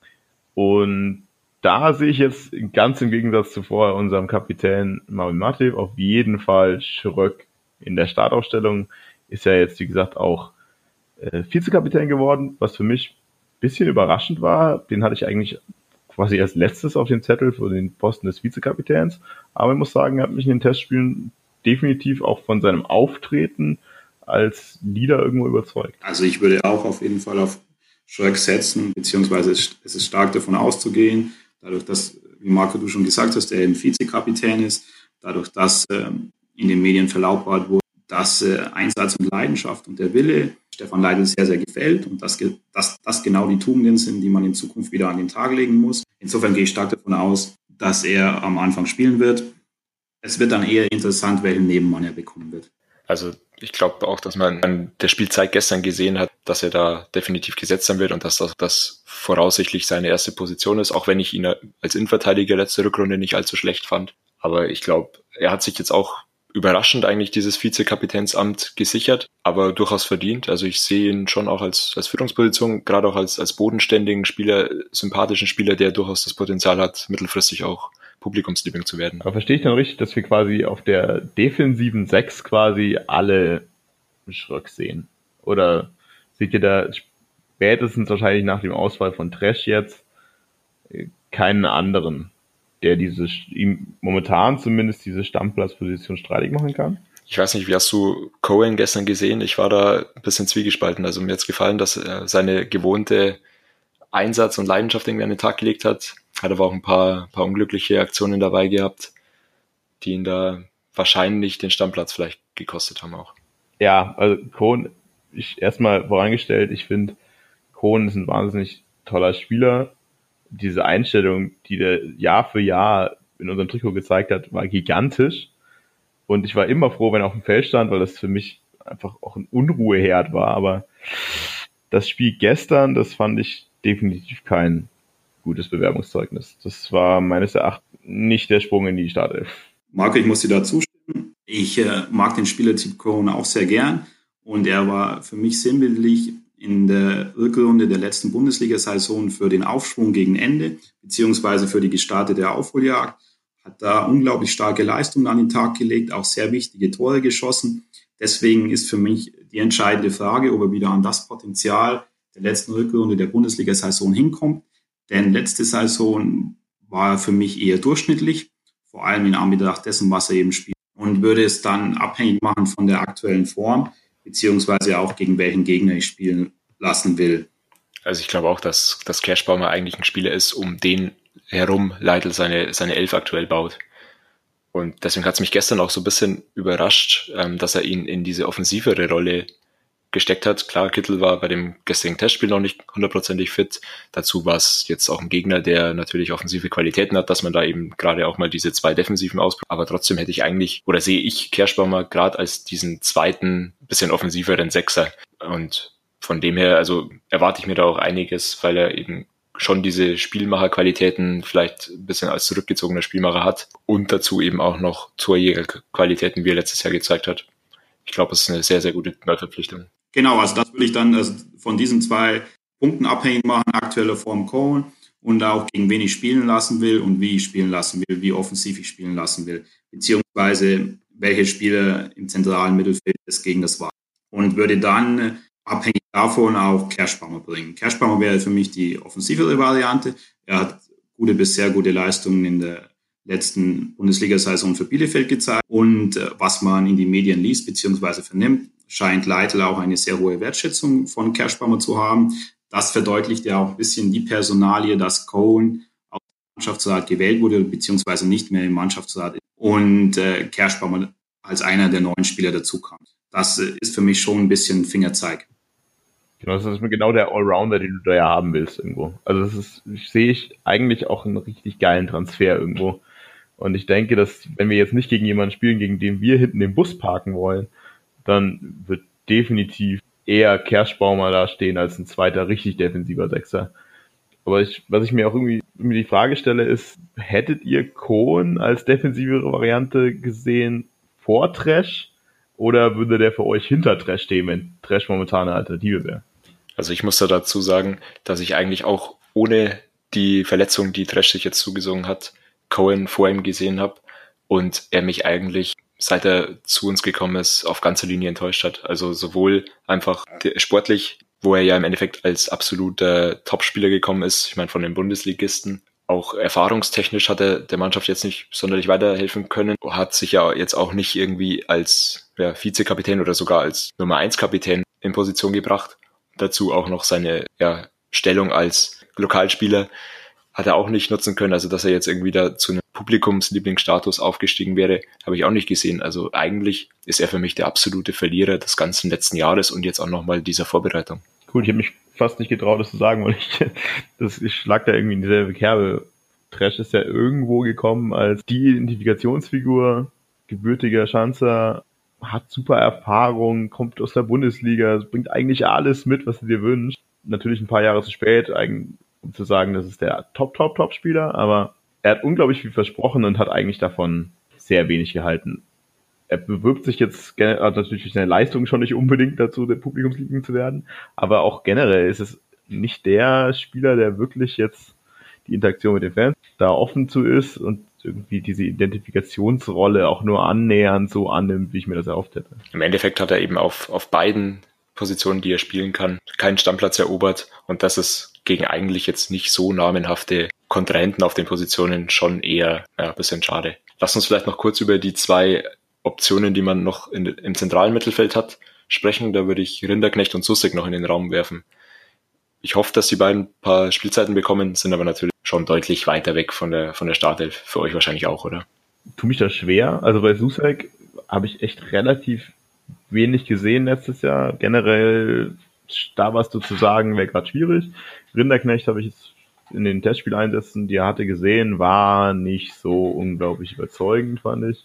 [SPEAKER 2] Und da sehe ich jetzt ganz im Gegensatz zu vorher unserem Kapitän Marvin Matip auf jeden Fall Schröck in der Startaufstellung. Ist ja jetzt, wie gesagt, auch Vizekapitän geworden, was für mich ein bisschen überraschend war. Den hatte ich eigentlich quasi als letztes auf dem Zettel für den Posten des Vizekapitäns. Aber ich muss sagen, er hat mich in den Testspielen definitiv auch von seinem Auftreten als Leader irgendwo überzeugt.
[SPEAKER 4] Also ich würde auch auf jeden Fall auf Schröck setzen, beziehungsweise es ist stark davon auszugehen, dadurch, dass, wie Marco du schon gesagt hast, er ein Vizekapitän ist, dadurch, dass ähm, in den Medien verlautbart wurde, dass äh, Einsatz und Leidenschaft und der Wille Stefan Leitl sehr, sehr gefällt und dass das, das genau die Tugenden sind, die man in Zukunft wieder an den Tag legen muss. Insofern gehe ich stark davon aus, dass er am Anfang spielen wird. Es wird dann eher interessant, welchen Nebenmann er bekommen wird.
[SPEAKER 3] Also ich glaube auch, dass man an der Spielzeit gestern gesehen hat, dass er da definitiv gesetzt sein wird und dass das, das voraussichtlich seine erste Position ist, auch wenn ich ihn als Innenverteidiger letzte Rückrunde nicht allzu schlecht fand. Aber ich glaube, er hat sich jetzt auch überraschend eigentlich dieses Vizekapitänsamt gesichert, aber durchaus verdient. Also ich sehe ihn schon auch als, als Führungsposition, gerade auch als, als bodenständigen Spieler, sympathischen Spieler, der durchaus das Potenzial hat, mittelfristig auch Publikumsliebling zu werden.
[SPEAKER 2] Aber verstehe ich dann richtig, dass wir quasi auf der defensiven Sechs quasi alle Schröck sehen? Oder seht ihr da spätestens wahrscheinlich nach dem Ausfall von Tresch jetzt keinen anderen, der diese, ihm momentan zumindest diese Stammplatzposition streitig machen kann?
[SPEAKER 3] Ich weiß nicht, wie hast du Cohen gestern gesehen? Ich war da ein bisschen zwiegespalten. Also mir hat es gefallen, dass er seine gewohnte Einsatz und Leidenschaft irgendwie an den Tag gelegt hat. Hat aber auch ein paar, paar unglückliche Aktionen dabei gehabt, die ihn da wahrscheinlich den Stammplatz vielleicht gekostet haben auch.
[SPEAKER 2] Ja, also Cohen, ich erstmal vorangestellt, ich finde, Cohen ist ein wahnsinnig toller Spieler. Diese Einstellung, die der Jahr für Jahr in unserem Trikot gezeigt hat, war gigantisch. Und ich war immer froh, wenn er auf dem Feld stand, weil das für mich einfach auch ein Unruheherd war. Aber das Spiel gestern, das fand ich definitiv kein gutes Bewerbungszeugnis. Das war meines Erachtens nicht der Sprung in die Startelf.
[SPEAKER 4] Marco, ich muss dir da zustimmen. Ich äh, mag den Spielertyp Cohen auch sehr gern und er war für mich sinnbildlich in der Rückrunde der letzten Bundesliga-Saison für den Aufschwung gegen Ende, beziehungsweise für die gestartete Aufholjagd. Hat da unglaublich starke Leistungen an den Tag gelegt, auch sehr wichtige Tore geschossen. Deswegen ist für mich die entscheidende Frage, ob er wieder an das Potenzial der letzten Rückrunde der Bundesliga-Saison hinkommt. Denn letzte Saison war er für mich eher durchschnittlich, vor allem in Anbetracht dessen, was er eben spielt. Und würde es dann abhängig machen von der aktuellen Form, beziehungsweise auch gegen welchen Gegner ich spielen lassen will.
[SPEAKER 3] Also ich glaube auch, dass, dass Kerschbaumer eigentlich ein Spieler ist, um den herum Leitl seine, seine Elf aktuell baut. Und deswegen hat es mich gestern auch so ein bisschen überrascht, ähm, dass er ihn in diese offensivere Rolle gesteckt hat. Klar, Kittel war bei dem gestrigen Testspiel noch nicht hundertprozentig fit. Dazu war es jetzt auch ein Gegner, der natürlich offensive Qualitäten hat, dass man da eben gerade auch mal diese zwei Defensiven ausprobiert. Aber trotzdem hätte ich eigentlich, oder sehe ich Kerschbaumer gerade als diesen zweiten, bisschen offensiveren Sechser. Und von dem her, also erwarte ich mir da auch einiges, weil er eben schon diese Spielmacherqualitäten vielleicht ein bisschen als zurückgezogener Spielmacher hat und dazu eben auch noch Torjägerqualitäten, wie er letztes Jahr gezeigt hat. Ich glaube, es ist eine sehr, sehr gute Neuverpflichtung.
[SPEAKER 4] Genau, also das würde ich dann also von diesen zwei Punkten abhängig machen, aktuelle Form Cohen und auch gegen wen ich spielen lassen will und wie ich spielen lassen will, wie offensiv ich spielen lassen will, beziehungsweise welche Spieler im zentralen Mittelfeld des Gegners waren. Und würde dann abhängig davon auch Kerschbaumer bringen. Kerschbaumer wäre für mich die offensivere Variante. Er hat gute bis sehr gute Leistungen in der letzten Bundesliga-Saison für Bielefeld gezeigt. Und äh, was man in die Medien liest bzw. vernimmt, scheint Leitl auch eine sehr hohe Wertschätzung von Kerschbaumer zu haben. Das verdeutlicht ja auch ein bisschen die Personalie, dass Cohen aus dem Mannschaftsrat gewählt wurde bzw. nicht mehr im Mannschaftsrat ist und äh, Kerschbaumer als einer der neuen Spieler dazu kam. Das äh, ist für mich schon ein bisschen Fingerzeig.
[SPEAKER 2] Genau, das ist genau der Allrounder, den du da ja haben willst irgendwo. Also das ist, ich sehe ich eigentlich auch einen richtig geilen Transfer irgendwo. Und ich denke, dass wenn wir jetzt nicht gegen jemanden spielen, gegen den wir hinten den Bus parken wollen, dann wird definitiv eher Kerschbaumer da stehen als ein zweiter richtig defensiver Sechser. Aber ich, was ich mir auch irgendwie, irgendwie die Frage stelle, ist, hättet ihr Cohen als defensivere Variante gesehen vor Tresch oder würde der für euch hinter Tresch stehen, wenn Tresch momentan eine Alternative wäre?
[SPEAKER 3] Also ich muss da dazu sagen, dass ich eigentlich auch ohne die Verletzung, die Tresch sich jetzt zugesungen hat, Cohen vor ihm gesehen habe und er mich eigentlich, seit er zu uns gekommen ist, auf ganzer Linie enttäuscht hat. Also sowohl einfach sportlich, wo er ja im Endeffekt als absoluter Topspieler gekommen ist, ich meine von den Bundesligisten, auch erfahrungstechnisch hat er der Mannschaft jetzt nicht sonderlich weiterhelfen können, hat sich ja jetzt auch nicht irgendwie als ja, Vizekapitän oder sogar als Nummer eins Kapitän in Position gebracht. Dazu auch noch seine ja, Stellung als Lokalspieler hat er auch nicht nutzen können, also dass er jetzt irgendwie da zu einem Publikumslieblingsstatus aufgestiegen wäre, habe ich auch nicht gesehen. Also eigentlich ist er für mich der absolute Verlierer des ganzen letzten Jahres und jetzt auch nochmal dieser Vorbereitung.
[SPEAKER 2] Gut, ich habe mich fast nicht getraut, das zu sagen, weil ich, das, ich schlag da irgendwie in dieselbe Kerbe. Tresch ist ja irgendwo gekommen als die Identifikationsfigur, gebürtiger Schanzer, hat super Erfahrung, kommt aus der Bundesliga, bringt eigentlich alles mit, was du dir wünschst. Natürlich ein paar Jahre zu spät, um zu sagen, das ist der Top-Top-Top-Spieler, aber er hat unglaublich viel versprochen und hat eigentlich davon sehr wenig gehalten. Er bewirbt sich jetzt also natürlich durch seine Leistung schon nicht unbedingt dazu, der Publikumsliebling zu werden, aber auch generell ist es nicht der Spieler, der wirklich jetzt die Interaktion mit den Fans da offen zu ist und irgendwie diese Identifikationsrolle auch nur annähernd so annimmt, wie ich mir das erhofft hätte.
[SPEAKER 3] Im Endeffekt hat er eben auf, auf beiden Positionen, die er spielen kann, keinen Stammplatz erobert und das ist gegen eigentlich jetzt nicht so namenhafte Kontrahenten auf den Positionen schon eher ja, ein bisschen schade. Lass uns vielleicht noch kurz über die zwei Optionen, die man noch in, im zentralen Mittelfeld hat, sprechen. Da würde ich Rinderknecht und Sussek noch in den Raum werfen. Ich hoffe, dass die beiden ein paar Spielzeiten bekommen, sind aber natürlich schon deutlich weiter weg von der von der Startelf. Für euch wahrscheinlich auch, oder?
[SPEAKER 2] Tu mich das schwer. Also bei Sussek habe ich echt relativ wenig gesehen letztes Jahr. Generell, da was du zu sagen, wäre gerade schwierig. Rinderknecht habe ich jetzt in den Testspieleinsätzen, die er hatte, gesehen, war nicht so unglaublich überzeugend, fand ich.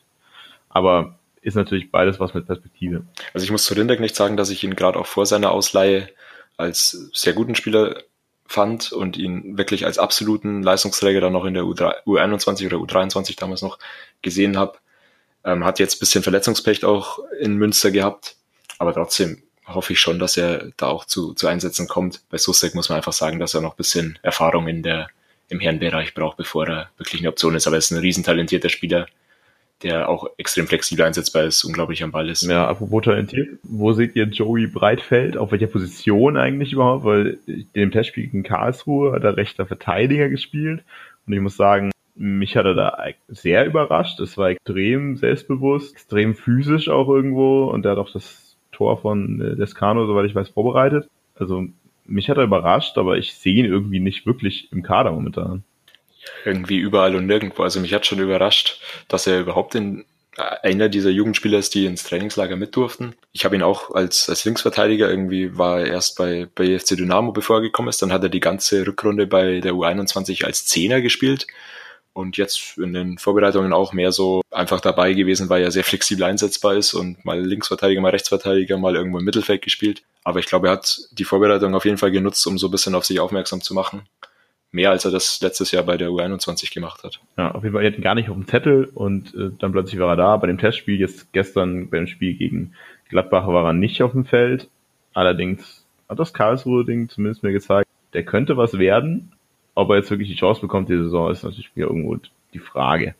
[SPEAKER 2] Aber ist natürlich beides was mit Perspektive.
[SPEAKER 3] Also ich muss zu Rinderknecht sagen, dass ich ihn gerade auch vor seiner Ausleihe als sehr guten Spieler fand und ihn wirklich als absoluten Leistungsträger dann noch in der U einundzwanzig oder U dreiundzwanzig damals noch gesehen habe. Ähm, hat jetzt ein bisschen Verletzungspech auch in Münster gehabt, aber trotzdem hoffe ich schon, dass er da auch zu, zu Einsätzen kommt. Bei Soucek muss man einfach sagen, dass er noch ein bisschen Erfahrung in der, im Herrenbereich braucht, bevor er wirklich eine Option ist. Aber er ist ein riesentalentierter Spieler, der auch extrem flexibel einsetzbar ist, unglaublich am Ball ist.
[SPEAKER 2] Ja, apropos talentiert, wo seht ihr Joey Breitfeld? Auf welcher Position eigentlich überhaupt? Weil in dem Testspiel gegen Karlsruhe hat er rechter Verteidiger gespielt. Und ich muss sagen, mich hat er da sehr überrascht. Es war extrem selbstbewusst, extrem physisch auch irgendwo. Und er hat auch das Tor von Lescano, soweit ich weiß, vorbereitet. Also mich hat er überrascht, aber ich sehe ihn irgendwie nicht wirklich im Kader momentan.
[SPEAKER 3] Irgendwie überall und nirgendwo. Also mich hat schon überrascht, dass er überhaupt in einer dieser Jugendspieler ist, die ins Trainingslager mit durften. Ich habe ihn auch als, als Linksverteidiger, irgendwie war er erst bei, bei F C Dynamo, bevor er gekommen ist. Dann hat er die ganze Rückrunde bei der U einundzwanzig als Zehner gespielt. Und jetzt in den Vorbereitungen auch mehr so einfach dabei gewesen, weil er sehr flexibel einsetzbar ist und mal Linksverteidiger, mal Rechtsverteidiger, mal irgendwo im Mittelfeld gespielt. Aber ich glaube, er hat die Vorbereitung auf jeden Fall genutzt, um so ein bisschen auf sich aufmerksam zu machen. Mehr als er das letztes Jahr bei der U einundzwanzig gemacht hat.
[SPEAKER 2] Ja, auf jeden Fall, er hat ihn gar nicht auf dem Zettel und äh, dann plötzlich war er da. Bei dem Testspiel, jetzt gestern beim Spiel gegen Gladbach war er nicht auf dem Feld. Allerdings hat das Karlsruhe-Ding zumindest mir gezeigt, der könnte was werden. Ob er jetzt wirklich die Chance bekommt, die Saison, ist natürlich wieder irgendwo die Frage.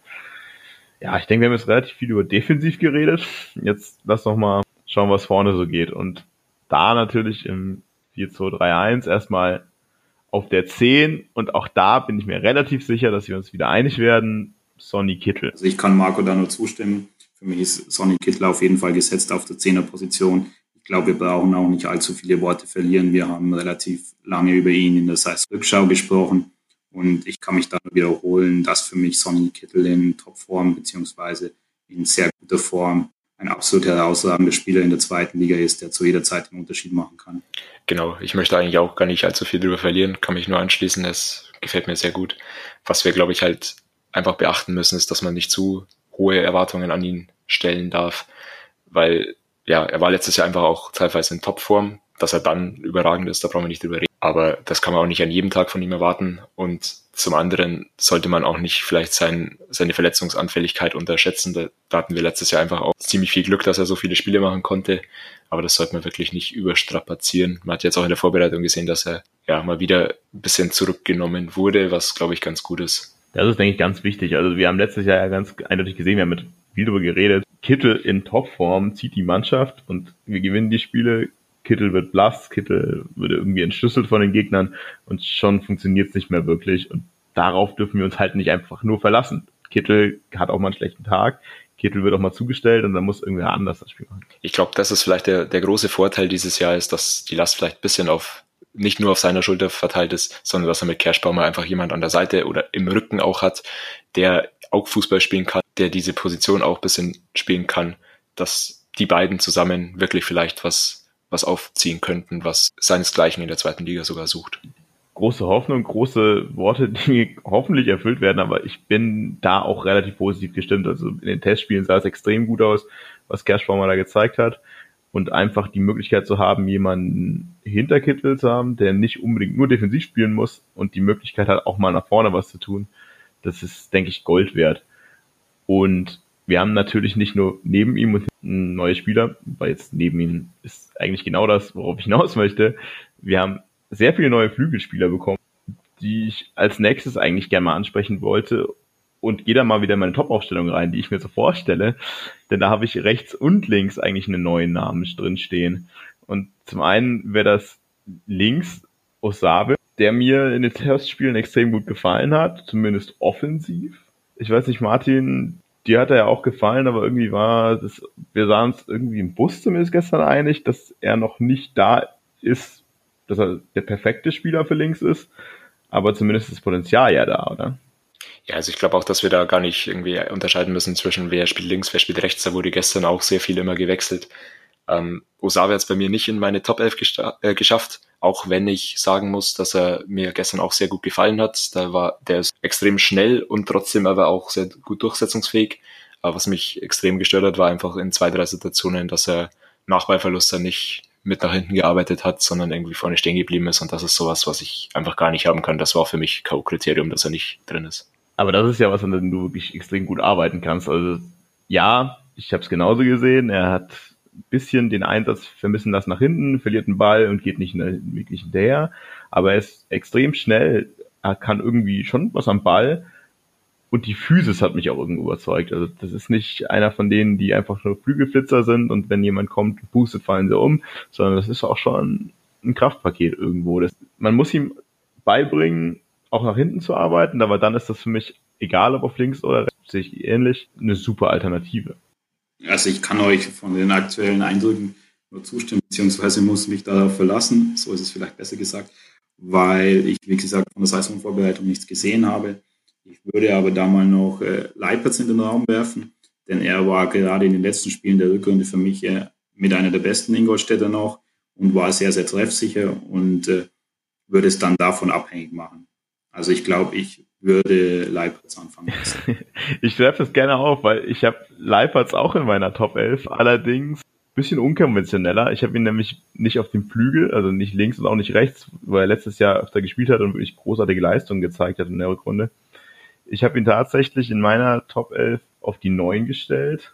[SPEAKER 2] Ja, ich denke, wir haben jetzt relativ viel über defensiv geredet. Jetzt lass noch mal schauen, was vorne so geht. Und da natürlich im vier zwei drei eins erstmal auf der zehn. Und auch da bin ich mir relativ sicher, dass wir uns wieder einig werden. Sonny Kittel.
[SPEAKER 4] Also ich kann Marco da nur zustimmen. Für mich ist Sonny Kittel auf jeden Fall gesetzt auf der Zehner-Position. Ich glaube, wir brauchen auch nicht allzu viele Worte verlieren. Wir haben relativ lange über ihn in der Saison-Rückschau gesprochen. Und ich kann mich da nur wiederholen, dass für mich Sonny Kittel in Topform beziehungsweise in sehr guter Form ein absolut herausragender Spieler in der zweiten Liga ist, der zu jeder Zeit den Unterschied machen kann.
[SPEAKER 3] Genau, ich möchte eigentlich auch gar nicht allzu viel drüber verlieren, kann mich nur anschließen, es gefällt mir sehr gut. Was wir, glaube ich, halt einfach beachten müssen, ist, dass man nicht zu hohe Erwartungen an ihn stellen darf, weil ja, er war letztes Jahr einfach auch teilweise in Topform, dass er dann überragend ist, da brauchen wir nicht drüber reden. Aber das kann man auch nicht an jedem Tag von ihm erwarten. Und zum anderen sollte man auch nicht vielleicht sein, seine Verletzungsanfälligkeit unterschätzen. Da, da hatten wir letztes Jahr einfach auch ziemlich viel Glück, dass er so viele Spiele machen konnte. Aber das sollte man wirklich nicht überstrapazieren. Man hat jetzt auch in der Vorbereitung gesehen, dass er ja mal wieder ein bisschen zurückgenommen wurde, was, glaube ich, ganz gut ist.
[SPEAKER 2] Das ist, denke ich, ganz wichtig. Also wir haben letztes Jahr ja ganz eindeutig gesehen, wir haben mit viel darüber geredet. Kittel in Topform zieht die Mannschaft und wir gewinnen die Spiele. Kittel wird blass, Kittel wird irgendwie entschlüsselt von den Gegnern und schon funktioniert es nicht mehr wirklich. Und darauf dürfen wir uns halt nicht einfach nur verlassen. Kittel hat auch mal einen schlechten Tag, Kittel wird auch mal zugestellt und dann muss irgendwer anders das Spiel machen.
[SPEAKER 3] Ich glaube, das ist vielleicht der, der große Vorteil dieses Jahr ist, dass die Last vielleicht ein bisschen auf nicht nur auf seiner Schulter verteilt ist, sondern dass er mit Kerschbaumer einfach jemand an der Seite oder im Rücken auch hat, der auch Fußball spielen kann, der diese Position auch ein bisschen spielen kann, dass die beiden zusammen wirklich vielleicht was, was aufziehen könnten, was seinesgleichen in der zweiten Liga sogar sucht.
[SPEAKER 2] Große Hoffnung, große Worte, die hoffentlich erfüllt werden, aber ich bin da auch relativ positiv gestimmt. Also in den Testspielen sah es extrem gut aus, was Kerschbaumer da gezeigt hat. Und einfach die Möglichkeit zu haben, jemanden hinter Kittel zu haben, der nicht unbedingt nur defensiv spielen muss und die Möglichkeit hat, auch mal nach vorne was zu tun. Das ist, denke ich, Gold wert. Und wir haben natürlich nicht nur neben ihm und ein neuer Spieler, weil jetzt neben ihm ist eigentlich genau das, worauf ich hinaus möchte. Wir haben sehr viele neue Flügelspieler bekommen, die ich als nächstes eigentlich gerne mal ansprechen wollte. Und gehe da mal wieder in meine Top-Aufstellung rein, die ich mir so vorstelle. Denn da habe ich rechts und links eigentlich einen neuen Namen drin stehen. Und zum einen wäre das links Osabe, der mir in den Testspielen extrem gut gefallen hat, zumindest offensiv. Ich weiß nicht, Martin, dir hat er ja auch gefallen, aber irgendwie war das, wir sahen uns irgendwie im Bus zumindest gestern einig, dass er noch nicht da ist, dass er der perfekte Spieler für links ist. Aber zumindest ist das Potenzial ja da, oder?
[SPEAKER 3] Ja, also ich glaube auch, dass wir da gar nicht irgendwie unterscheiden müssen zwischen wer spielt links, wer spielt rechts. Da wurde gestern auch sehr viel immer gewechselt. Ähm, Osabe hat es bei mir nicht in meine Top elf gesta- äh, geschafft, auch wenn ich sagen muss, dass er mir gestern auch sehr gut gefallen hat. Da war, der ist extrem schnell und trotzdem aber auch sehr gut durchsetzungsfähig. Aber was mich extrem gestört hat, war einfach in zwei, drei Situationen, dass er nach Ballverlust dann nicht mit nach hinten gearbeitet hat, sondern irgendwie vorne stehen geblieben ist. Und das ist sowas, was ich einfach gar nicht haben kann. Das war auch für mich K O-Kriterium, dass er nicht drin ist.
[SPEAKER 2] Aber das ist ja was, an dem du wirklich extrem gut arbeiten kannst. Also Ja, ich habe es genauso gesehen. Er hat ein bisschen den Einsatz vermissen lassen nach hinten, verliert den Ball und geht nicht wirklich hinterher. Aber er ist extrem schnell. Er kann irgendwie schon was am Ball. Und die Physis hat mich auch irgendwo überzeugt. Also das ist nicht einer von denen, die einfach nur Flügelflitzer sind und wenn jemand kommt und boostet, fallen sie um, sondern das ist auch schon ein Kraftpaket irgendwo. Das, man muss ihm beibringen, auch nach hinten zu arbeiten, aber dann ist das für mich, egal ob auf links oder rechts, sehe ich ähnlich, eine super Alternative.
[SPEAKER 4] Also ich kann euch von den aktuellen Eindrücken nur zustimmen, beziehungsweise muss mich darauf verlassen, so ist es vielleicht besser gesagt, weil ich, wie gesagt, von der Saisonvorbereitung nichts gesehen habe. Ich würde aber da mal noch äh, Leipertz in den Raum werfen, denn er war gerade in den letzten Spielen der Rückrunde für mich äh, mit einer der besten Ingolstädter noch und war sehr, sehr treffsicher und äh, würde es dann davon abhängig machen. Also ich glaube, ich würde Leipertz anfangen lassen.
[SPEAKER 2] Ich greife das gerne auf, weil ich habe Leipertz auch in meiner Top elf, allerdings ein bisschen unkonventioneller. Ich habe ihn nämlich nicht auf dem Flügel, also nicht links und auch nicht rechts, weil er letztes Jahr öfter gespielt hat und wirklich großartige Leistungen gezeigt hat in der Rückrunde. Ich habe ihn tatsächlich in meiner Top elf auf die neun gestellt.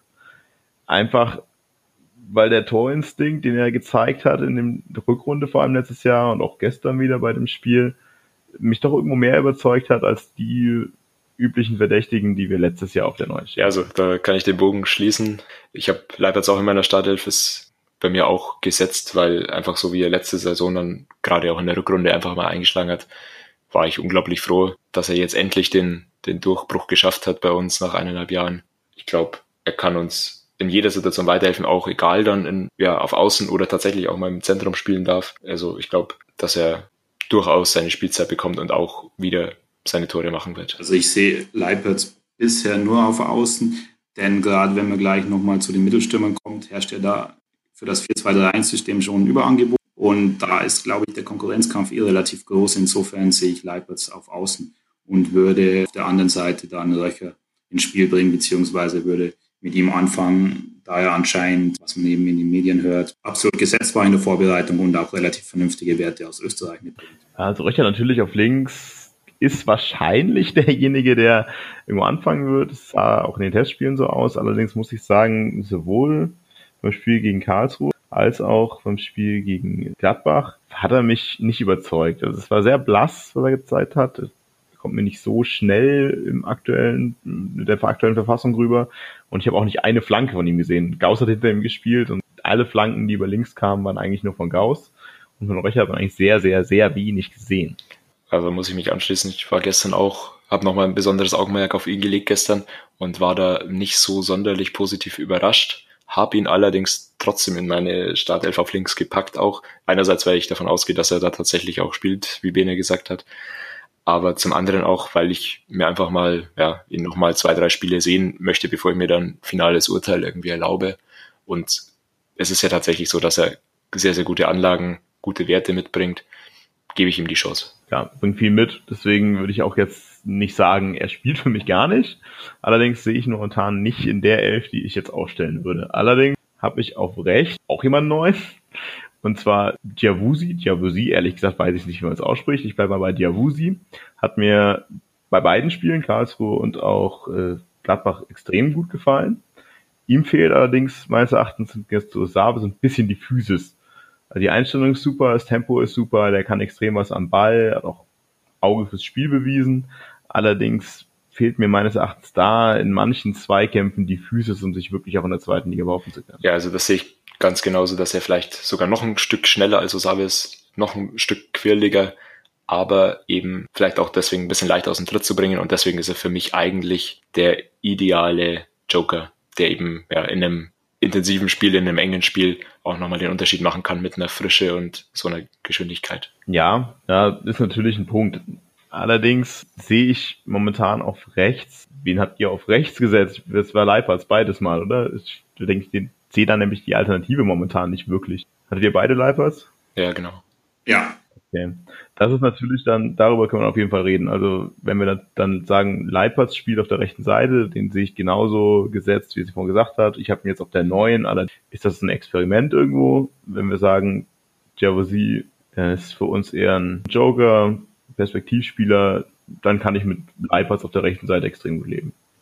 [SPEAKER 2] Einfach, weil der Torinstinkt, den er gezeigt hat in der Rückrunde vor allem letztes Jahr und auch gestern wieder bei dem Spiel, mich doch irgendwo mehr überzeugt hat als die üblichen Verdächtigen, die wir letztes Jahr auf der neun stehen.
[SPEAKER 3] Ja, also da kann ich den Bogen schließen. Ich habe Leipertz auch in meiner Startelf, ist bei mir auch gesetzt, weil einfach so wie er letzte Saison dann gerade auch in der Rückrunde einfach mal eingeschlagen hat, war ich unglaublich froh, dass er jetzt endlich den den Durchbruch geschafft hat bei uns nach eineinhalb Jahren. Ich glaube, er kann uns in jeder Situation weiterhelfen, auch egal dann in, ja, auf Außen oder tatsächlich auch mal im Zentrum spielen darf. Also ich glaube, dass er durchaus seine Spielzeit bekommt und auch wieder seine Tore machen wird.
[SPEAKER 4] Also ich sehe Leipertz bisher nur auf Außen, denn gerade wenn man gleich nochmal zu den Mittelstürmern kommt, herrscht ja da für das vier zwei drei eins System schon ein Überangebot. Und da ist, glaube ich, der Konkurrenzkampf eh relativ groß. Insofern sehe ich Leipertz auf Außen und würde auf der anderen Seite dann Röcher ins Spiel bringen, beziehungsweise würde mit ihm anfangen, da er anscheinend, was man eben in den Medien hört, absolut gesetzt war in der Vorbereitung und auch relativ vernünftige Werte aus Österreich mitbringt.
[SPEAKER 2] Also Röcher natürlich auf links ist wahrscheinlich derjenige, der irgendwo anfangen wird. Es sah auch in den Testspielen so aus. Allerdings muss ich sagen, sowohl beim Spiel gegen Karlsruhe als auch beim Spiel gegen Gladbach hat er mich nicht überzeugt. Also es war sehr blass, was er gezeigt hat. Kommt mir nicht so schnell im aktuellen, mit der aktuellen Verfassung rüber. Und ich habe auch nicht eine Flanke von ihm gesehen. Gauss hat hinter ihm gespielt und alle Flanken, die über links kamen, waren eigentlich nur von Gauss. Und von Röcher hat man eigentlich sehr, sehr, sehr wenig gesehen.
[SPEAKER 3] Also muss ich mich anschließen. Ich war gestern auch, habe nochmal ein besonderes Augenmerk auf ihn gelegt gestern und war da nicht so sonderlich positiv überrascht. Habe ihn allerdings trotzdem in meine Startelf auf links gepackt auch. Einerseits, weil ich davon ausgehe, dass er da tatsächlich auch spielt, wie Bene gesagt hat. Aber zum anderen auch, weil ich mir einfach mal, ja, ihn nochmal zwei, drei Spiele sehen möchte, bevor ich mir dann finales Urteil irgendwie erlaube. Und es ist ja tatsächlich so, dass er sehr, sehr gute Anlagen, gute Werte mitbringt. Gebe ich ihm die Chance.
[SPEAKER 2] Ja, bringt viel mit. Deswegen würde ich auch jetzt nicht sagen, er spielt für mich gar nicht. Allerdings sehe ich ihn momentan nicht in der Elf, die ich jetzt aufstellen würde. Allerdings habe ich auf rechts auch jemanden Neues. Und zwar Diawusi, Diawusi, ehrlich gesagt weiß ich nicht, wie man es ausspricht. Ich bleibe mal bei Diawusi. Hat mir bei beiden Spielen, Karlsruhe und auch äh, Gladbach, extrem gut gefallen. Ihm fehlt allerdings meines Erachtens jetzt so Sabe so ein bisschen die Physis. Also die Einstellung ist super, das Tempo ist super, der kann extrem was am Ball, hat auch Auge fürs Spiel bewiesen. Allerdings fehlt mir meines Erachtens da in manchen Zweikämpfen die Physis, um sich wirklich auch in der zweiten Liga behaupten zu können.
[SPEAKER 3] Ja, also das sehe ich ganz genauso, dass er vielleicht sogar noch ein Stück schneller als Osabe ist, noch ein Stück quirliger, aber eben vielleicht auch deswegen ein bisschen leichter aus dem Tritt zu bringen und deswegen ist er für mich eigentlich der ideale Joker, der eben ja in einem intensiven Spiel, in einem engen Spiel auch nochmal den Unterschied machen kann mit einer Frische und so einer Geschwindigkeit.
[SPEAKER 2] Ja, ja, ist natürlich ein Punkt. Allerdings sehe ich momentan auf rechts, wen habt ihr auf rechts gesetzt? Das war Leipertz beides mal, oder? Ich denke, ich sehe da nämlich die Alternative momentan nicht wirklich. Hattet ihr beide Leipertz?
[SPEAKER 3] Ja, genau.
[SPEAKER 4] Ja.
[SPEAKER 2] Okay. Das ist natürlich dann, darüber können wir auf jeden Fall reden. Also wenn wir dann, dann sagen, Leipertz spielt auf der rechten Seite, den sehe ich genauso gesetzt, wie sie vorhin gesagt hat. Ich habe ihn jetzt auf der neuen, allerdings ist das ein Experiment irgendwo. Wenn wir sagen, Diawusi ist für uns eher ein Joker, Perspektivspieler, dann kann ich mit Leipertz auf der rechten Seite extrem gut leben.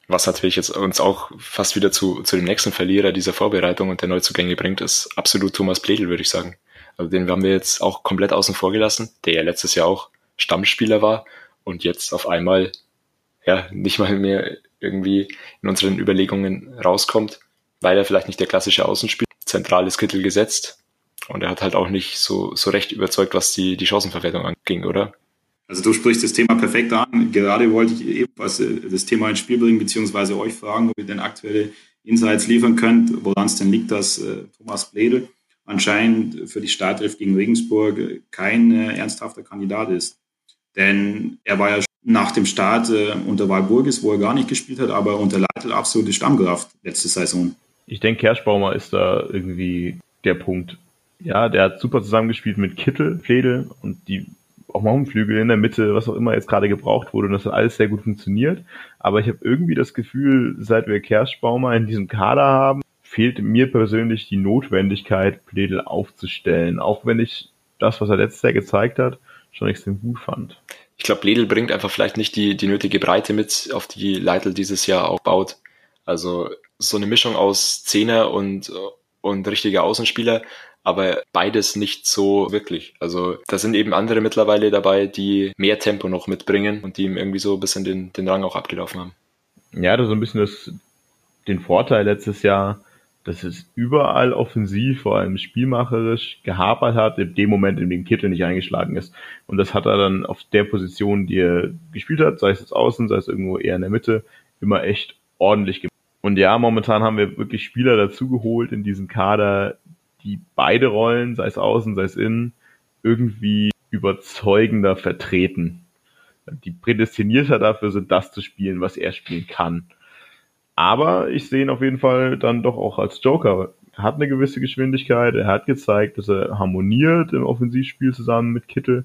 [SPEAKER 3] Was natürlich jetzt uns auch fast wieder zu, zu dem nächsten Verlierer dieser Vorbereitung und der Neuzugänge bringt, ist absolut Thomas Bledel, würde ich sagen. Also den haben wir jetzt auch komplett außen vor gelassen, der ja letztes Jahr auch Stammspieler war und jetzt auf einmal ja nicht mal mehr irgendwie in unseren Überlegungen rauskommt, weil er vielleicht nicht der klassische Außenspieler, zentrales Kittel gesetzt und er hat halt auch nicht so, so recht überzeugt, was die, die Chancenverwertung anging, oder?
[SPEAKER 4] Also du sprichst das Thema perfekt an. Gerade wollte ich ebenfalls das Thema ins Spiel bringen, beziehungsweise euch fragen, ob ihr denn aktuelle Insights liefern könnt, woran es denn liegt, dass äh, Thomas Bledel anscheinend für die Startelf gegen Regensburg kein äh, ernsthafter Kandidat ist. Denn er war ja nach dem Start äh, unter Walburgis, wo er gar nicht gespielt hat, aber unter Leitl absolute Stammkraft letzte Saison.
[SPEAKER 2] Ich denke, Kerschbaumer ist da irgendwie der Punkt. Ja, der hat super zusammengespielt mit Kittel, Bledel und die auch mal Flügel in der Mitte, was auch immer jetzt gerade gebraucht wurde und das hat alles sehr gut funktioniert. Aber ich habe irgendwie das Gefühl, seit wir Kerschbaumer in diesem Kader haben, fehlt mir persönlich die Notwendigkeit, Bledel aufzustellen, auch wenn ich das, was er letztes Jahr gezeigt hat, schon extrem gut fand.
[SPEAKER 3] Ich glaube, Bledel bringt einfach vielleicht nicht die, die nötige Breite mit, auf die Leitl dieses Jahr auch baut. Also so eine Mischung aus Zehner und, und richtiger Außenspieler, aber beides nicht so wirklich. Also da sind eben andere mittlerweile dabei, die mehr Tempo noch mitbringen und die ihm irgendwie so ein bisschen den, den Rang auch abgelaufen haben.
[SPEAKER 2] Ja, das ist so ein bisschen das, den Vorteil letztes Jahr, dass es überall offensiv, vor allem spielmacherisch, gehapert hat, in dem Moment, in dem Kittel nicht eingeschlagen ist. Und das hat er dann auf der Position, die er gespielt hat, sei es jetzt außen, sei es irgendwo eher in der Mitte, immer echt ordentlich gemacht. Und ja, momentan haben wir wirklich Spieler dazugeholt in diesen Kader, die beide Rollen, sei es außen, sei es innen, irgendwie überzeugender vertreten. Die prädestinierter dafür sind, das zu spielen, was er spielen kann. Aber ich sehe ihn auf jeden Fall dann doch auch als Joker. Er hat eine gewisse Geschwindigkeit, er hat gezeigt, dass er harmoniert im Offensivspiel zusammen mit Kittel.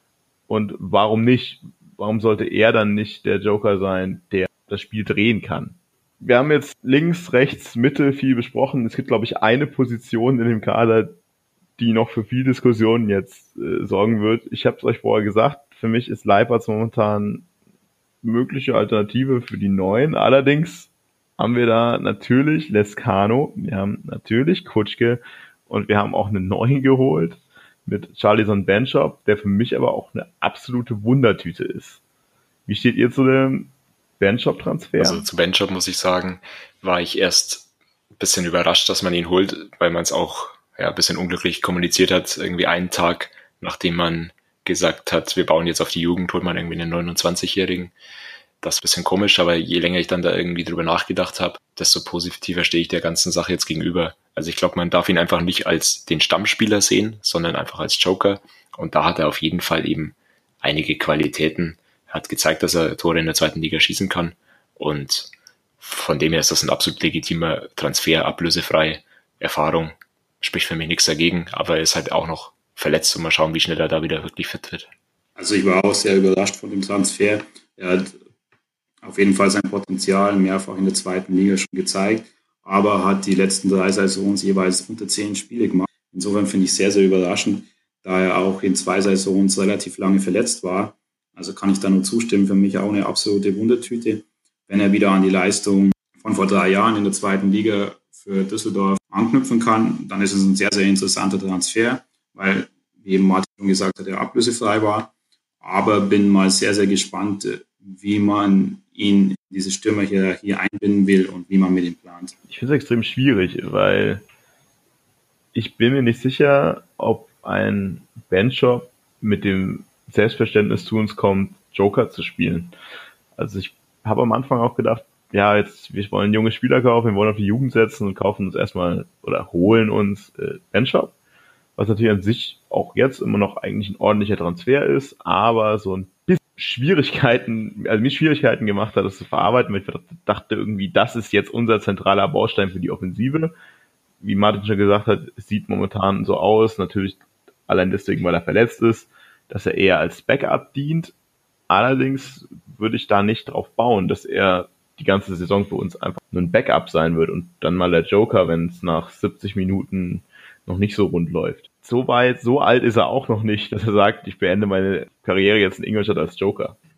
[SPEAKER 2] Und warum nicht? Warum sollte er dann nicht der Joker sein, der das Spiel drehen kann? Wir haben jetzt links, rechts, Mitte viel besprochen. Es gibt, glaube ich, eine Position in dem Kader, die noch für viel Diskussionen jetzt äh, sorgen wird. Ich habe es euch vorher gesagt, für mich ist Leipertz momentan mögliche Alternative für die Neuen. Allerdings haben wir da natürlich Lescano, wir haben natürlich Kutschke und wir haben auch einen Neuen geholt mit Charlison Benchop, der für mich aber auch eine absolute Wundertüte ist. Wie steht ihr zu dem Benchop-Transfer?
[SPEAKER 3] Also zu Benchop muss ich sagen, war ich erst ein bisschen überrascht, dass man ihn holt, weil man es auch ja, ein bisschen unglücklich kommuniziert hat. Irgendwie einen Tag, nachdem man gesagt hat, wir bauen jetzt auf die Jugend, holt man irgendwie einen neunundzwanzigjährigen. Das ist ein bisschen komisch, aber je länger ich dann da irgendwie drüber nachgedacht habe, desto positiver stehe ich der ganzen Sache jetzt gegenüber. Also ich glaube, man darf ihn einfach nicht als den Stammspieler sehen, sondern einfach als Joker. Und da hat er auf jeden Fall eben einige Qualitäten. Er hat gezeigt, dass er Tore in der zweiten Liga schießen kann. Und von dem her ist das ein absolut legitimer Transfer, ablösefrei. Erfahrung spricht für mich nichts dagegen, aber er ist halt auch noch verletzt und mal schauen, wie schnell er da wieder wirklich fit wird.
[SPEAKER 4] Also ich war auch sehr überrascht von dem Transfer. Er hat auf jeden Fall sein Potenzial mehrfach in der zweiten Liga schon gezeigt, aber hat die letzten drei Saisons jeweils unter zehn Spiele gemacht. Insofern finde ich sehr, sehr überraschend, da er auch in zwei Saisons relativ lange verletzt war. Also kann ich da nur zustimmen, für mich auch eine absolute Wundertüte. Wenn er wieder an die Leistung von vor drei Jahren in der zweiten Liga für Düsseldorf anknüpfen kann, dann ist es ein sehr, sehr interessanter Transfer, weil, wie eben Martin schon gesagt hat, er ablösefrei war. Aber bin mal sehr, sehr gespannt, wie man ihn in diese Stürmerhierarchie einbinden will und wie man mit ihm plant.
[SPEAKER 2] Ich finde es extrem schwierig, weil ich bin mir nicht sicher, ob ein Benchop mit dem Selbstverständnis zu uns kommt, Joker zu spielen. Also ich habe am Anfang auch gedacht, ja, jetzt wir wollen junge Spieler kaufen, wir wollen auf die Jugend setzen und kaufen uns erstmal oder holen uns äh, Benchop, was natürlich an sich auch jetzt immer noch eigentlich ein ordentlicher Transfer ist, aber so ein bisschen Schwierigkeiten, also mir Schwierigkeiten gemacht hat, das zu verarbeiten, weil ich dachte irgendwie, das ist jetzt unser zentraler Baustein für die Offensive. Wie Martin schon gesagt hat, es sieht momentan so aus, natürlich allein deswegen, weil er verletzt ist, dass er eher als Backup dient. Allerdings würde ich da nicht drauf bauen, dass er die ganze Saison für uns einfach nur ein Backup sein wird und dann mal der Joker, wenn es nach siebzig Minuten noch nicht so rund läuft. So weit, so alt ist er auch noch nicht, dass er sagt, ich beende meine Karriere jetzt in Ingolstadt als Joker.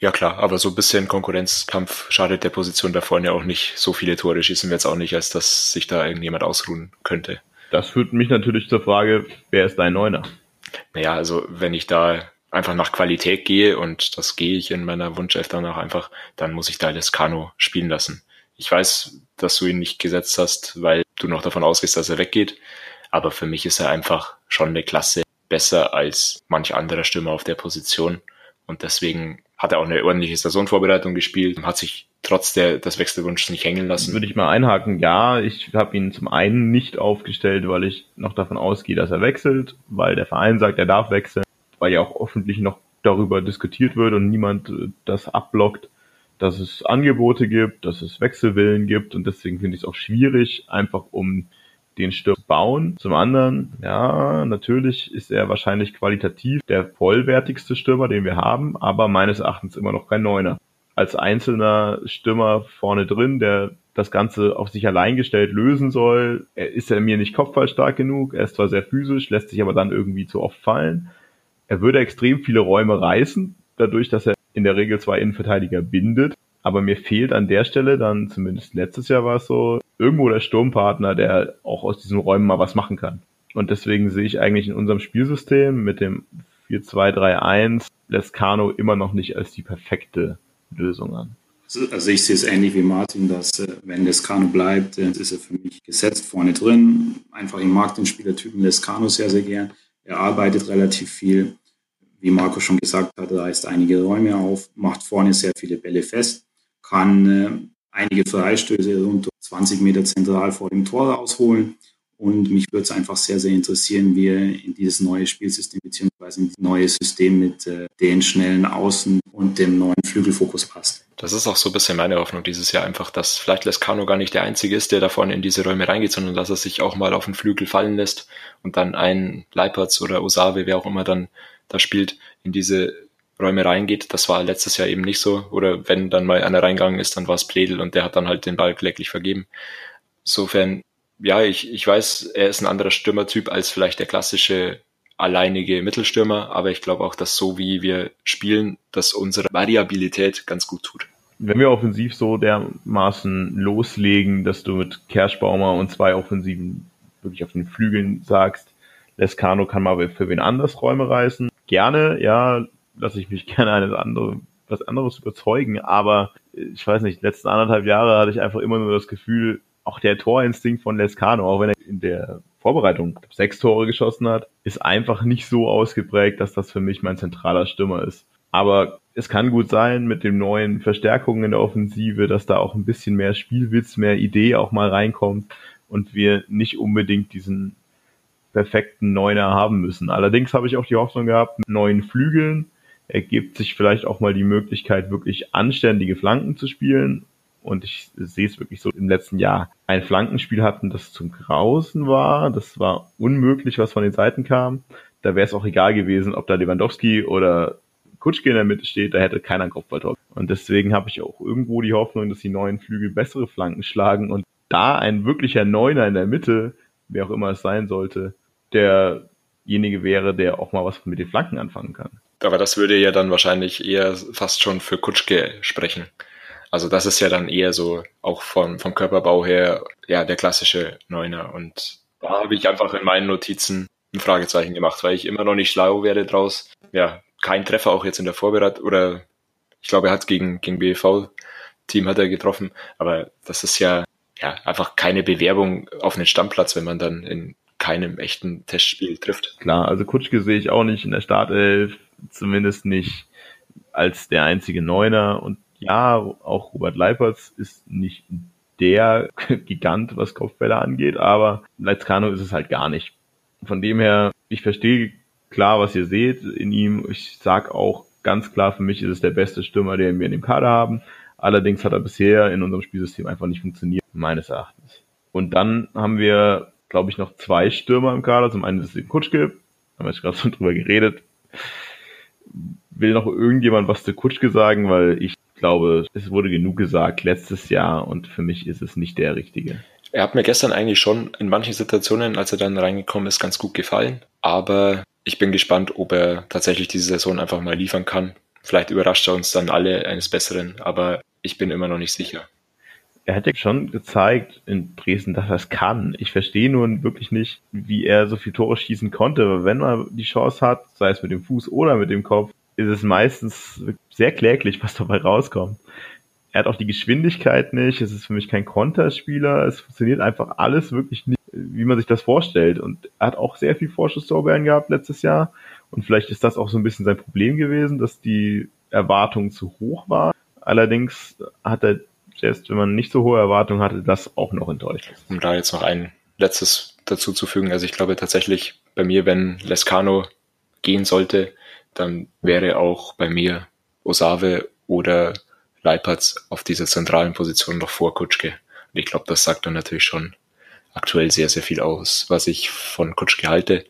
[SPEAKER 3] Ja klar, aber so ein bisschen Konkurrenzkampf schadet der Position da vorne auch nicht. So viele Tore schießen wir jetzt auch nicht, als dass sich da irgendjemand ausruhen könnte.
[SPEAKER 2] Das führt mich natürlich zur Frage, wer ist dein Neuner?
[SPEAKER 3] Naja, also wenn ich da einfach nach Qualität gehe, und das gehe ich in meiner Wunschelf danach einfach, dann muss ich da Lezcano spielen lassen. Ich weiß, dass du ihn nicht gesetzt hast, weil du noch davon ausgehst, dass er weggeht, aber für mich ist er einfach schon eine Klasse besser als manch anderer Stürmer auf der Position, und deswegen hat er auch eine ordentliche Saisonvorbereitung gespielt, hat sich trotz der, des Wechselwunsches nicht hängen lassen.
[SPEAKER 2] Würde ich mal einhaken, ja, ich habe ihn zum einen nicht aufgestellt, weil ich noch davon ausgehe, dass er wechselt, weil der Verein sagt, er darf wechseln, weil ja auch öffentlich noch darüber diskutiert wird und niemand das abblockt, dass es Angebote gibt, dass es Wechselwillen gibt, und deswegen finde ich es auch schwierig, einfach um den Stürmer zu bauen. Zum anderen, ja, natürlich ist er wahrscheinlich qualitativ der vollwertigste Stürmer, den wir haben, aber meines Erachtens immer noch kein Neuner. Als einzelner Stürmer vorne drin, der das Ganze auf sich allein gestellt lösen soll, ist er mir nicht kopfballstark genug. Er ist zwar sehr physisch, lässt sich aber dann irgendwie zu oft fallen. Er würde extrem viele Räume reißen, dadurch, dass er in der Regel zwei Innenverteidiger bindet. Aber mir fehlt an der Stelle dann, zumindest letztes Jahr war es so, irgendwo der Sturmpartner, der auch aus diesen Räumen mal was machen kann. Und deswegen sehe ich eigentlich in unserem Spielsystem mit dem vier zwei drei eins Lezcano immer noch nicht als die perfekte Lösung an.
[SPEAKER 4] Also ich sehe es ähnlich wie Martin, dass äh, wenn Lezcano bleibt, äh, ist er für mich gesetzt vorne drin. Einfach, ich mag den Spielertypen Lezcano sehr, sehr gern. Er arbeitet relativ viel. Wie Marco schon gesagt hat, er reißt einige Räume auf, macht vorne sehr viele Bälle fest, kann äh, einige Freistöße rund zwanzig Meter zentral vor dem Tor rausholen. Und mich würde es einfach sehr, sehr interessieren, wie er in dieses neue Spielsystem bzw. in dieses neue System mit äh, den schnellen Außen und dem neuen Flügelfokus passt.
[SPEAKER 3] Das ist auch so ein bisschen meine Hoffnung dieses Jahr einfach, dass vielleicht Lezcano gar nicht der Einzige ist, der da vorne in diese Räume reingeht, sondern dass er sich auch mal auf den Flügel fallen lässt und dann ein Leipertz oder Osabe, wer auch immer dann da spielt, in diese Räume reingeht. Das war letztes Jahr eben nicht so. Oder wenn dann mal einer reingegangen ist, dann war es Pledl und der hat dann halt den Ball kläglich vergeben. Insofern, ja, ich, ich weiß, er ist ein anderer Stürmertyp als vielleicht der klassische alleinige Mittelstürmer, aber ich glaube auch, dass so wie wir spielen, dass unsere Variabilität ganz gut tut.
[SPEAKER 2] Wenn wir offensiv so dermaßen loslegen, dass du mit Kerschbaumer und zwei Offensiven wirklich auf den Flügeln sagst, Lezcano kann mal für wen anders Räume reißen. Gerne, ja, lasse ich mich gerne eines andere, was anderes überzeugen, aber ich weiß nicht, die letzten anderthalb Jahre hatte ich einfach immer nur das Gefühl, auch der Torinstinkt von Lezcano, auch wenn er in der Vorbereitung sechs Tore geschossen hat, ist einfach nicht so ausgeprägt, dass das für mich mein zentraler Stürmer ist. Aber es kann gut sein, mit den neuen Verstärkungen in der Offensive, dass da auch ein bisschen mehr Spielwitz, mehr Idee auch mal reinkommt und wir nicht unbedingt diesen perfekten Neuner haben müssen. Allerdings habe ich auch die Hoffnung gehabt, mit neuen Flügeln ergibt sich vielleicht auch mal die Möglichkeit, wirklich anständige Flanken zu spielen. Und ich sehe es wirklich so, im letzten Jahr ein Flankenspiel hatten, das zum Grausen war. Das war unmöglich, was von den Seiten kam. Da wäre es auch egal gewesen, ob da Lewandowski oder Kutschke in der Mitte steht, da hätte keiner einen Kopfballtor. Und deswegen habe ich auch irgendwo die Hoffnung, dass die neuen Flügel bessere Flanken schlagen und da ein wirklicher Neuner in der Mitte, wer auch immer es sein sollte, derjenige wäre, der auch mal was mit den Flanken anfangen kann.
[SPEAKER 3] Aber das würde ja dann wahrscheinlich eher fast schon für Kutschke sprechen. Also das ist ja dann eher so, auch vom, vom Körperbau her, ja, der klassische Neuner. Und da habe ich einfach in meinen Notizen ein Fragezeichen gemacht, weil ich immer noch nicht schlau werde draus. Ja, kein Treffer auch jetzt in der Vorbereitung, oder ich glaube, er hat gegen, gegen B V-Team hat er getroffen, aber das ist ja, ja einfach keine Bewerbung auf einen Stammplatz, wenn man dann in keinem echten Testspiel trifft.
[SPEAKER 2] Klar, also Kutschke sehe ich auch nicht in der Startelf, zumindest nicht als der einzige Neuner. Und ja, auch Robert Leipertz ist nicht der Gigant, was Kopfbälle angeht, aber Lezcano ist es halt gar nicht. Von dem her, ich verstehe klar, was ihr seht in ihm. Ich sag auch ganz klar, für mich ist es der beste Stürmer, den wir in dem Kader haben. Allerdings hat er bisher in unserem Spielsystem einfach nicht funktioniert, meines Erachtens. Und dann haben wir, glaube ich, noch zwei Stürmer im Kader. Zum einen ist es Kutschke, haben wir jetzt gerade schon drüber geredet. Will noch irgendjemand was zu Kutschke sagen, weil ich glaube, es wurde genug gesagt letztes Jahr und für mich ist es nicht der Richtige.
[SPEAKER 3] Er hat mir gestern eigentlich schon in manchen Situationen, als er dann reingekommen ist, ganz gut gefallen. Aber ich bin gespannt, ob er tatsächlich diese Saison einfach mal liefern kann, Vielleicht überrascht er uns dann alle eines Besseren, aber ich bin immer noch nicht sicher.
[SPEAKER 2] Er hat ja schon gezeigt in Dresden, dass er es kann. Ich verstehe nun wirklich nicht, wie er so viele Tore schießen konnte. Aber wenn man die Chance hat, sei es mit dem Fuß oder mit dem Kopf, ist es meistens sehr kläglich, was dabei rauskommt. Er hat auch die Geschwindigkeit nicht. Es ist für mich kein Konterspieler. Es funktioniert einfach alles wirklich nicht, wie man sich das vorstellt. Und er hat auch sehr viel Vorschusslorbeeren gehabt letztes Jahr. Und vielleicht ist das auch so ein bisschen sein Problem gewesen, dass die Erwartungen zu hoch waren. Allerdings hat er, selbst wenn man nicht so hohe Erwartungen hatte, das auch noch enttäuscht.
[SPEAKER 3] Um da jetzt noch ein letztes dazu zu fügen. Also ich glaube tatsächlich bei mir, wenn Lescano gehen sollte, dann wäre auch bei mir Osave oder Leipertz auf dieser zentralen Position noch vor Kutschke. Und ich glaube, das sagt dann natürlich schon aktuell sehr, sehr viel aus, was ich von Kutschke halte.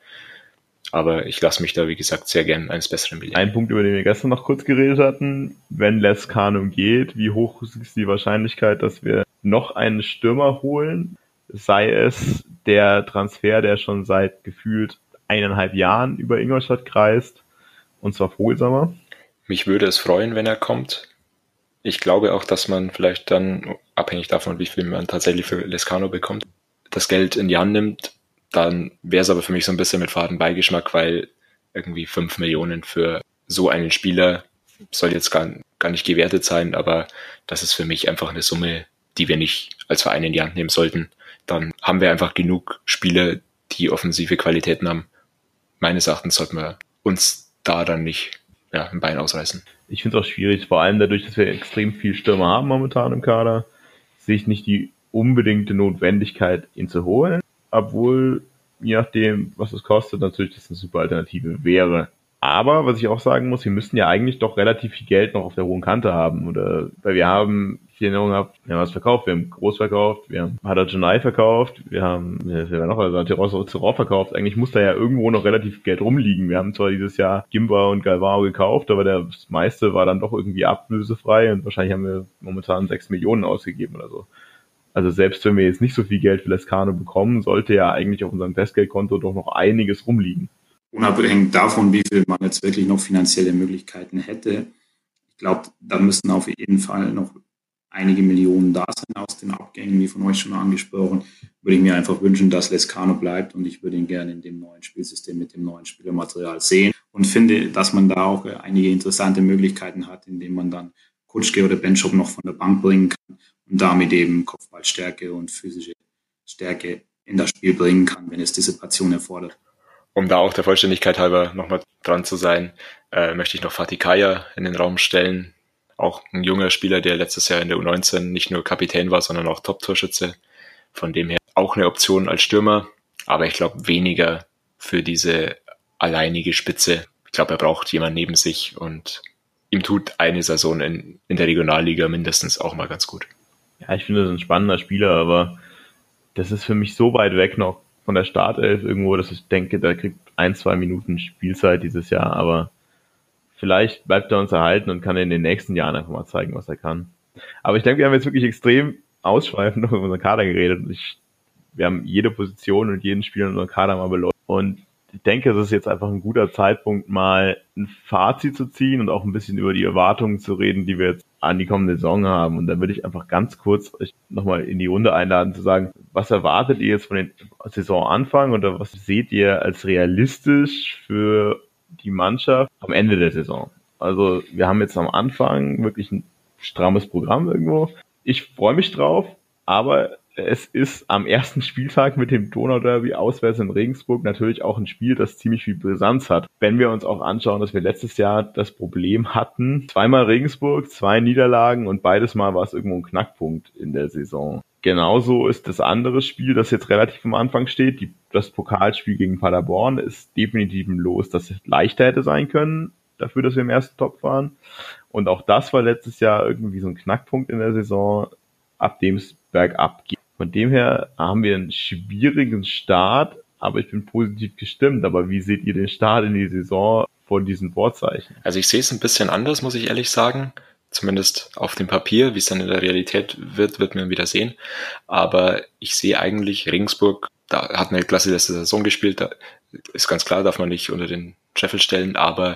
[SPEAKER 3] Aber ich lasse mich da, wie gesagt, sehr gern eines Besseren belehren.
[SPEAKER 2] Ein Punkt, über den wir gestern noch kurz geredet hatten, wenn Lescano geht, wie hoch ist die Wahrscheinlichkeit, dass wir noch einen Stürmer holen? Sei es der Transfer, der schon seit gefühlt eineinhalb Jahren über Ingolstadt kreist, und zwar Vogelsammer.
[SPEAKER 3] Mich würde es freuen, wenn er kommt. Ich glaube auch, dass man vielleicht dann, abhängig davon, wie viel man tatsächlich für Lescano bekommt, das Geld in die Hand nimmt. Dann wäre es aber für mich so ein bisschen mit Fadenbeigeschmack, weil irgendwie fünf Millionen für so einen Spieler soll jetzt gar, gar nicht gewertet sein, aber das ist für mich einfach eine Summe, die wir nicht als Verein in die Hand nehmen sollten. Dann haben wir einfach genug Spieler, die offensive Qualitäten haben. Meines Erachtens sollten wir uns da dann nicht ja, ein Bein ausreißen.
[SPEAKER 2] Ich finde es auch schwierig, vor allem dadurch, dass wir extrem viel Stürmer haben momentan im Kader, sehe ich nicht die unbedingte Notwendigkeit, ihn zu holen. Obwohl, je nachdem, was es kostet, natürlich das eine super Alternative wäre. Aber, was ich auch sagen muss, wir müssen ja eigentlich doch relativ viel Geld noch auf der hohen Kante haben. Oder, weil wir haben, ich Erinnerung habe, wir haben was verkauft, wir haben Groß verkauft, wir haben Hadajonai verkauft, wir haben, wir haben noch, also Terror verkauft. Eigentlich muss da ja irgendwo noch relativ viel Geld rumliegen. Wir haben zwar dieses Jahr Gimba und Galvao gekauft, aber das meiste war dann doch irgendwie ablösefrei und wahrscheinlich haben wir momentan sechs Millionen ausgegeben oder so. Also selbst wenn wir jetzt nicht so viel Geld für Lescano bekommen, sollte ja eigentlich auf unserem Festgeldkonto doch noch einiges rumliegen.
[SPEAKER 4] Unabhängig davon, wie viel man jetzt wirklich noch finanzielle Möglichkeiten hätte, ich glaube, da müssten auf jeden Fall noch einige Millionen da sein aus den Abgängen, wie von euch schon angesprochen. Würde ich mir einfach wünschen, dass Lescano bleibt und ich würde ihn gerne in dem neuen Spielsystem mit dem neuen Spielermaterial sehen und finde, dass man da auch einige interessante Möglichkeiten hat, indem man dann Kutschke oder Benchop noch von der Bank bringen kann und damit eben Kopfballstärke und physische Stärke in das Spiel bringen kann, wenn es die Situation erfordert.
[SPEAKER 3] Um da auch der Vollständigkeit halber nochmal dran zu sein, äh, möchte ich noch Fatih Kaya in den Raum stellen. Auch ein junger Spieler, der letztes Jahr in der U neunzehn nicht nur Kapitän war, sondern auch Top-Torschütze. Von dem her auch eine Option als Stürmer, aber ich glaube weniger für diese alleinige Spitze. Ich glaube, er braucht jemanden neben sich und ihm tut eine Saison in, in der Regionalliga mindestens auch mal ganz gut.
[SPEAKER 2] Ja, ich finde, das ist ein spannender Spieler, aber das ist für mich so weit weg noch von der Startelf irgendwo, dass ich denke, der kriegt ein, zwei Minuten Spielzeit dieses Jahr, aber vielleicht bleibt er uns erhalten und kann in den nächsten Jahren einfach mal zeigen, was er kann. Aber ich denke, wir haben jetzt wirklich extrem ausschweifend über unseren Kader geredet. Ich, wir haben jede Position und jeden Spieler in unserem Kader mal beleuchtet. Und ich denke, es ist jetzt einfach ein guter Zeitpunkt, mal ein Fazit zu ziehen und auch ein bisschen über die Erwartungen zu reden, die wir jetzt an die kommende Saison haben. Und dann würde ich einfach ganz kurz euch nochmal in die Runde einladen, zu sagen, was erwartet ihr jetzt von den Saisonanfang oder was seht ihr als realistisch für die Mannschaft am Ende der Saison? Also wir haben jetzt am Anfang wirklich ein strammes Programm irgendwo. Ich freue mich drauf, aber es ist am ersten Spieltag mit dem Donauderby auswärts in Regensburg natürlich auch ein Spiel, das ziemlich viel Brisanz hat. Wenn wir uns auch anschauen, dass wir letztes Jahr das Problem hatten, zweimal Regensburg, zwei Niederlagen und beides Mal war es irgendwo ein Knackpunkt in der Saison. Genauso ist das andere Spiel, das jetzt relativ am Anfang steht, die, das Pokalspiel gegen Paderborn, ist definitiv ein Los, das leichter hätte sein können, dafür, dass wir im ersten Topf waren. Und auch das war letztes Jahr irgendwie so ein Knackpunkt in der Saison, ab dem es bergab geht. Von dem her haben wir einen schwierigen Start, aber ich bin positiv gestimmt. Aber wie seht ihr den Start in die Saison von diesen Vorzeichen?
[SPEAKER 3] Also ich sehe es ein bisschen anders, muss ich ehrlich sagen. Zumindest auf dem Papier. Wie es dann in der Realität wird, wird man wieder sehen. Aber ich sehe eigentlich Regensburg, da hat eine klasse letzte Saison gespielt. Da ist ganz klar, darf man nicht unter den Scheffel stellen. Aber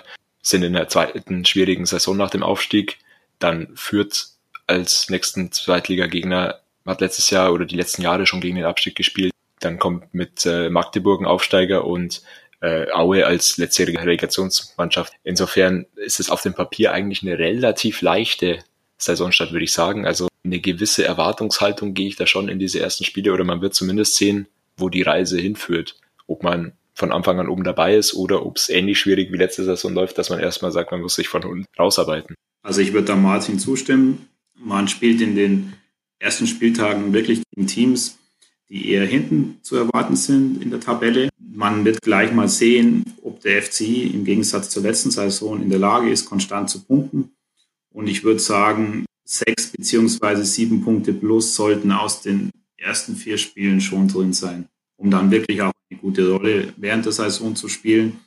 [SPEAKER 3] sind in der zweiten schwierigen Saison nach dem Aufstieg. Dann Fürth als nächsten Zweitligagegner, hat letztes Jahr oder die letzten Jahre schon gegen den Abstieg gespielt. Dann kommt mit äh, Magdeburg ein Aufsteiger und äh, Aue als letztjährige Relegationsmannschaft. Insofern ist es auf dem Papier eigentlich eine relativ leichte Saisonstart, würde ich sagen. Also eine gewisse Erwartungshaltung gehe ich da schon in diese ersten Spiele, oder man wird zumindest sehen, wo die Reise hinführt. Ob man von Anfang an oben dabei ist oder ob es ähnlich schwierig wie letzte Saison läuft, dass man erstmal sagt, man muss sich von unten rausarbeiten.
[SPEAKER 4] Also ich würde da Martin zustimmen. Man spielt in den ersten Spieltagen wirklich gegen Teams, die eher hinten zu erwarten sind in der Tabelle. Man wird gleich mal sehen, ob der F C im Gegensatz zur letzten Saison in der Lage ist, konstant zu punkten. Und ich würde sagen, sechs beziehungsweise sieben Punkte plus sollten aus den ersten vier Spielen schon drin sein, um dann wirklich auch eine gute Rolle während der Saison zu spielen.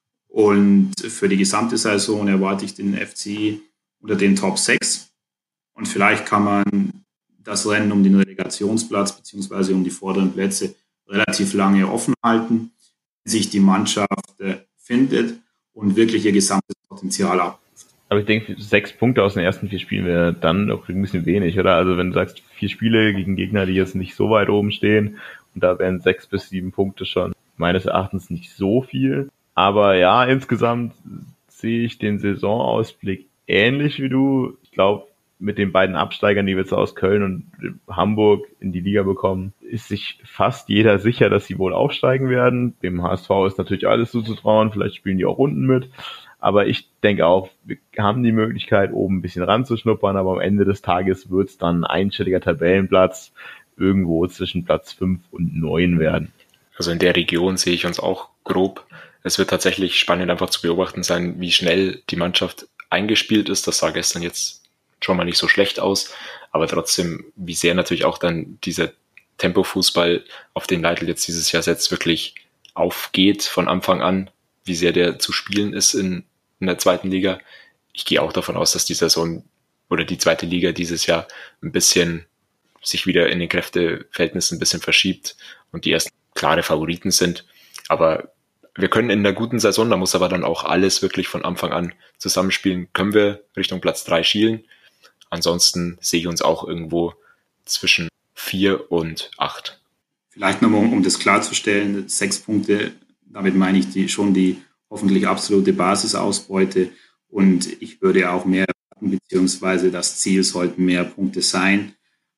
[SPEAKER 4] Und für die gesamte Saison erwarte ich den F C unter den Top sechs. Und vielleicht kann man das Rennen um den Relegationsplatz beziehungsweise um die vorderen Plätze relativ lange offen halten, wenn sich die Mannschaft äh, findet und wirklich ihr gesamtes Potenzial abruft.
[SPEAKER 2] Aber ich denke, sechs Punkte aus den ersten vier Spielen wäre dann auch ein bisschen wenig, oder? Also wenn du sagst, vier Spiele gegen Gegner, die jetzt nicht so weit oben stehen, und da wären sechs bis sieben Punkte schon meines Erachtens nicht so viel. Aber ja, insgesamt sehe ich den Saisonausblick ähnlich wie du. Ich glaube, mit den beiden Absteigern, die wir jetzt aus Köln und Hamburg in die Liga bekommen, ist sich fast jeder sicher, dass sie wohl aufsteigen werden. Dem H S V ist natürlich alles zuzutrauen, vielleicht spielen die auch unten mit. Aber ich denke auch, wir haben die Möglichkeit, oben ein bisschen ranzuschnuppern, aber am Ende des Tages wird es dann ein einstelliger Tabellenplatz irgendwo zwischen Platz fünf und neun werden.
[SPEAKER 3] Also in der Region sehe ich uns auch grob. Es wird tatsächlich spannend einfach zu beobachten sein, wie schnell die Mannschaft eingespielt ist. Das sah gestern jetzt schon mal nicht so schlecht aus, aber trotzdem, wie sehr natürlich auch dann dieser Tempofußball, auf den Leitl jetzt dieses Jahr setzt, wirklich aufgeht von Anfang an, wie sehr der zu spielen ist in, in der zweiten Liga. Ich gehe auch davon aus, dass die Saison oder die zweite Liga dieses Jahr ein bisschen sich wieder in den Kräfteverhältnissen ein bisschen verschiebt und die ersten klare Favoriten sind. Aber wir können in einer guten Saison, da muss aber dann auch alles wirklich von Anfang an zusammenspielen, können wir Richtung Platz drei schielen. Ansonsten sehe ich uns auch irgendwo zwischen vier und acht.
[SPEAKER 4] Vielleicht nochmal, um das klarzustellen, sechs Punkte, damit meine ich die, schon die hoffentlich absolute Basisausbeute. Und ich würde auch mehr erwarten, beziehungsweise das Ziel sollten mehr Punkte sein.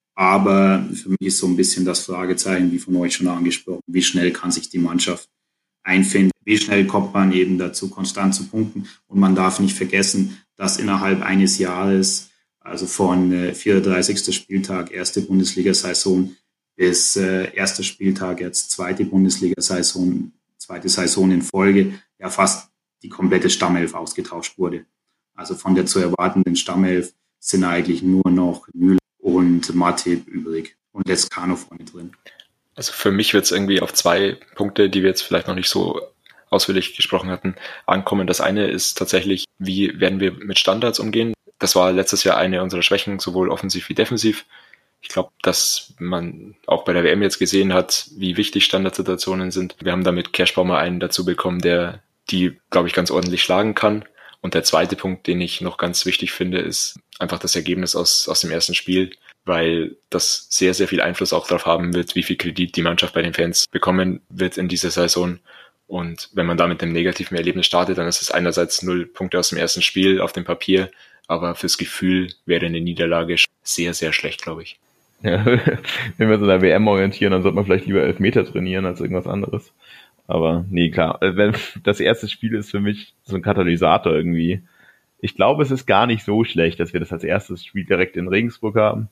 [SPEAKER 4] Aber für mich ist so ein bisschen das Fragezeichen, wie von euch schon angesprochen, wie schnell kann sich die Mannschaft einfinden, wie schnell kommt man eben dazu, konstant zu punkten. Und man darf nicht vergessen, dass innerhalb eines Jahres, also von äh, vierunddreißigsten Spieltag, erste Bundesliga-Saison, bis äh, erster Spieltag, jetzt zweite Bundesliga-Saison, zweite Saison in Folge, ja fast die komplette Stammelf ausgetauscht wurde. Also von der zu erwartenden Stammelf sind eigentlich nur noch Müller und Matip übrig und Lescano vorne drin.
[SPEAKER 3] Also für mich wird es irgendwie auf zwei Punkte, die wir jetzt vielleicht noch nicht so ausführlich gesprochen hatten, ankommen. Das eine ist tatsächlich, wie werden wir mit Standards umgehen? Das war letztes Jahr eine unserer Schwächen, sowohl offensiv wie defensiv. Ich glaube, dass man auch bei der W M jetzt gesehen hat, wie wichtig Standardsituationen sind. Wir haben damit Kerschbaumer einen dazu bekommen, der die, glaube ich, ganz ordentlich schlagen kann. Und der zweite Punkt, den ich noch ganz wichtig finde, ist einfach das Ergebnis aus, aus dem ersten Spiel, weil das sehr, sehr viel Einfluss auch darauf haben wird, wie viel Kredit die Mannschaft bei den Fans bekommen wird in dieser Saison. Und wenn man da mit einem negativen Erlebnis startet, dann ist es einerseits null Punkte aus dem ersten Spiel auf dem Papier, aber fürs Gefühl wäre eine Niederlage sehr, sehr schlecht, glaube ich.
[SPEAKER 2] Ja, wenn wir uns an der W M orientieren, dann sollte man vielleicht lieber Elfmeter trainieren als irgendwas anderes. Aber nee, klar, wenn das erste Spiel ist für mich so ein Katalysator irgendwie. Ich glaube, es ist gar nicht so schlecht, dass wir das als erstes Spiel direkt in Regensburg haben.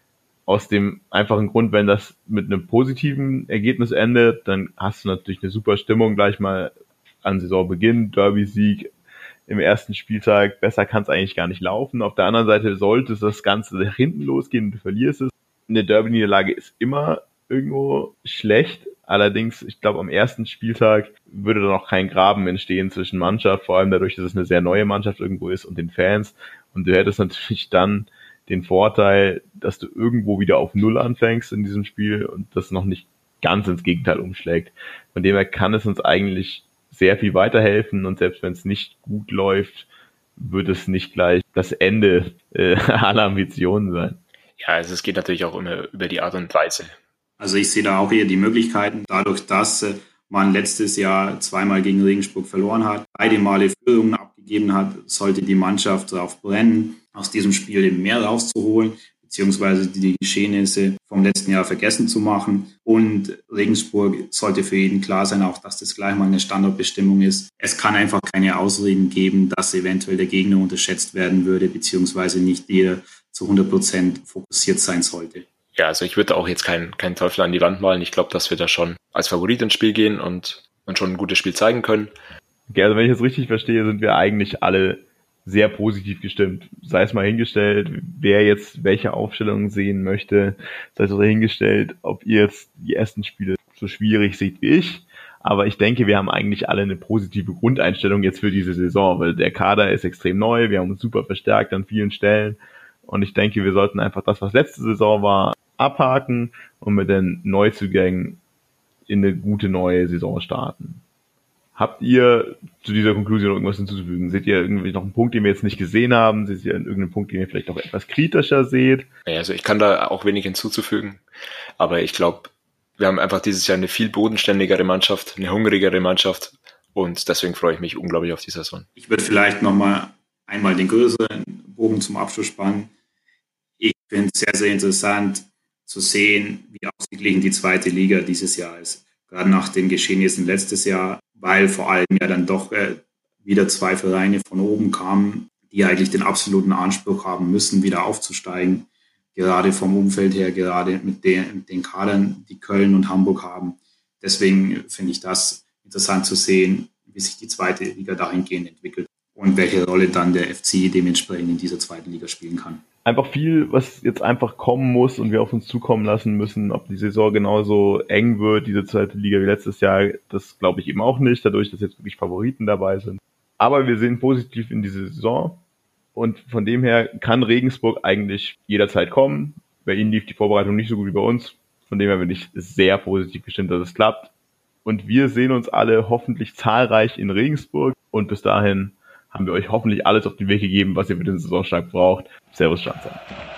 [SPEAKER 2] Aus dem einfachen Grund, wenn das mit einem positiven Ergebnis endet, dann hast du natürlich eine super Stimmung gleich mal an Saisonbeginn, Derby-Sieg im ersten Spieltag. Besser kann es eigentlich gar nicht laufen. Auf der anderen Seite sollte das Ganze nach hinten losgehen und du verlierst es. Eine Derby-Niederlage ist immer irgendwo schlecht. Allerdings, ich glaube, am ersten Spieltag würde da noch kein Graben entstehen zwischen Mannschaft, vor allem dadurch, dass es eine sehr neue Mannschaft irgendwo ist, und den Fans. Und du hättest natürlich dann den Vorteil, dass du irgendwo wieder auf Null anfängst in diesem Spiel und das noch nicht ganz ins Gegenteil umschlägt. Von dem her kann es uns eigentlich sehr viel weiterhelfen und selbst wenn es nicht gut läuft, wird es nicht gleich das Ende äh, aller Ambitionen sein.
[SPEAKER 3] Ja, also es geht natürlich auch immer über die Art und Weise.
[SPEAKER 4] Also ich sehe da auch eher die Möglichkeiten, dadurch, dass äh, man letztes Jahr zweimal gegen Regensburg verloren hat, beide Male Führungen abgegeben hat, sollte die Mannschaft darauf brennen, aus diesem Spiel eben mehr rauszuholen, beziehungsweise die Geschehnisse vom letzten Jahr vergessen zu machen. Und Regensburg sollte für jeden klar sein, auch dass das gleich mal eine Standardbestimmung ist. Es kann einfach keine Ausreden geben, dass eventuell der Gegner unterschätzt werden würde, beziehungsweise nicht jeder zu hundert Prozent fokussiert sein sollte.
[SPEAKER 3] Ja, also ich würde auch jetzt keinen keinen Teufel an die Wand malen. Ich glaube, dass wir da schon als Favorit ins Spiel gehen und, und schon ein gutes Spiel zeigen können.
[SPEAKER 2] Okay, also wenn ich das richtig verstehe, sind wir eigentlich alle sehr positiv gestimmt. Sei es mal hingestellt, wer jetzt welche Aufstellungen sehen möchte, sei es auch dahingestellt, ob ihr jetzt die ersten Spiele so schwierig seht wie ich. Aber ich denke, wir haben eigentlich alle eine positive Grundeinstellung jetzt für diese Saison, weil der Kader ist extrem neu, wir haben uns super verstärkt an vielen Stellen. Und ich denke, wir sollten einfach das, was letzte Saison war, abhaken und mit den Neuzugängen in eine gute neue Saison starten. Habt ihr zu dieser Konklusion irgendwas hinzuzufügen? Seht ihr irgendwie noch einen Punkt, den wir jetzt nicht gesehen haben? Seht ihr irgendeinen Punkt, den ihr vielleicht auch etwas kritischer seht?
[SPEAKER 3] Ja, also ich kann da auch wenig hinzuzufügen, aber ich glaube, wir haben einfach dieses Jahr eine viel bodenständigere Mannschaft, eine hungrigere Mannschaft und deswegen freue ich mich unglaublich auf die Saison.
[SPEAKER 4] Ich würde vielleicht nochmal einmal den größeren Bogen zum Abschluss spannen. Ich finde es sehr, sehr interessant zu sehen, wie ausgeglichen die zweite Liga dieses Jahr ist. Gerade nach den Geschehnissen letztes Jahr, weil vor allem ja dann doch äh, wieder zwei Vereine von oben kamen, die eigentlich den absoluten Anspruch haben müssen, wieder aufzusteigen. Gerade vom Umfeld her, gerade mit den, mit den Kadern, die Köln und Hamburg haben. Deswegen finde ich das interessant zu sehen, wie sich die zweite Liga dahingehend entwickelt und welche Rolle dann der F C dementsprechend in dieser zweiten Liga spielen kann.
[SPEAKER 2] Einfach viel, was jetzt einfach kommen muss und wir auf uns zukommen lassen müssen. Ob die Saison genauso eng wird, diese zweite Liga wie letztes Jahr, das glaube ich eben auch nicht, dadurch, dass jetzt wirklich Favoriten dabei sind. Aber wir sehen positiv in diese Saison und von dem her kann Regensburg eigentlich jederzeit kommen. Bei ihnen lief die Vorbereitung nicht so gut wie bei uns. Von dem her bin ich sehr positiv gestimmt, dass es klappt. Und wir sehen uns alle hoffentlich zahlreich in Regensburg und bis dahin haben wir euch hoffentlich alles auf den Weg gegeben, was ihr für den Saisonstart braucht. Servus, Schanzer.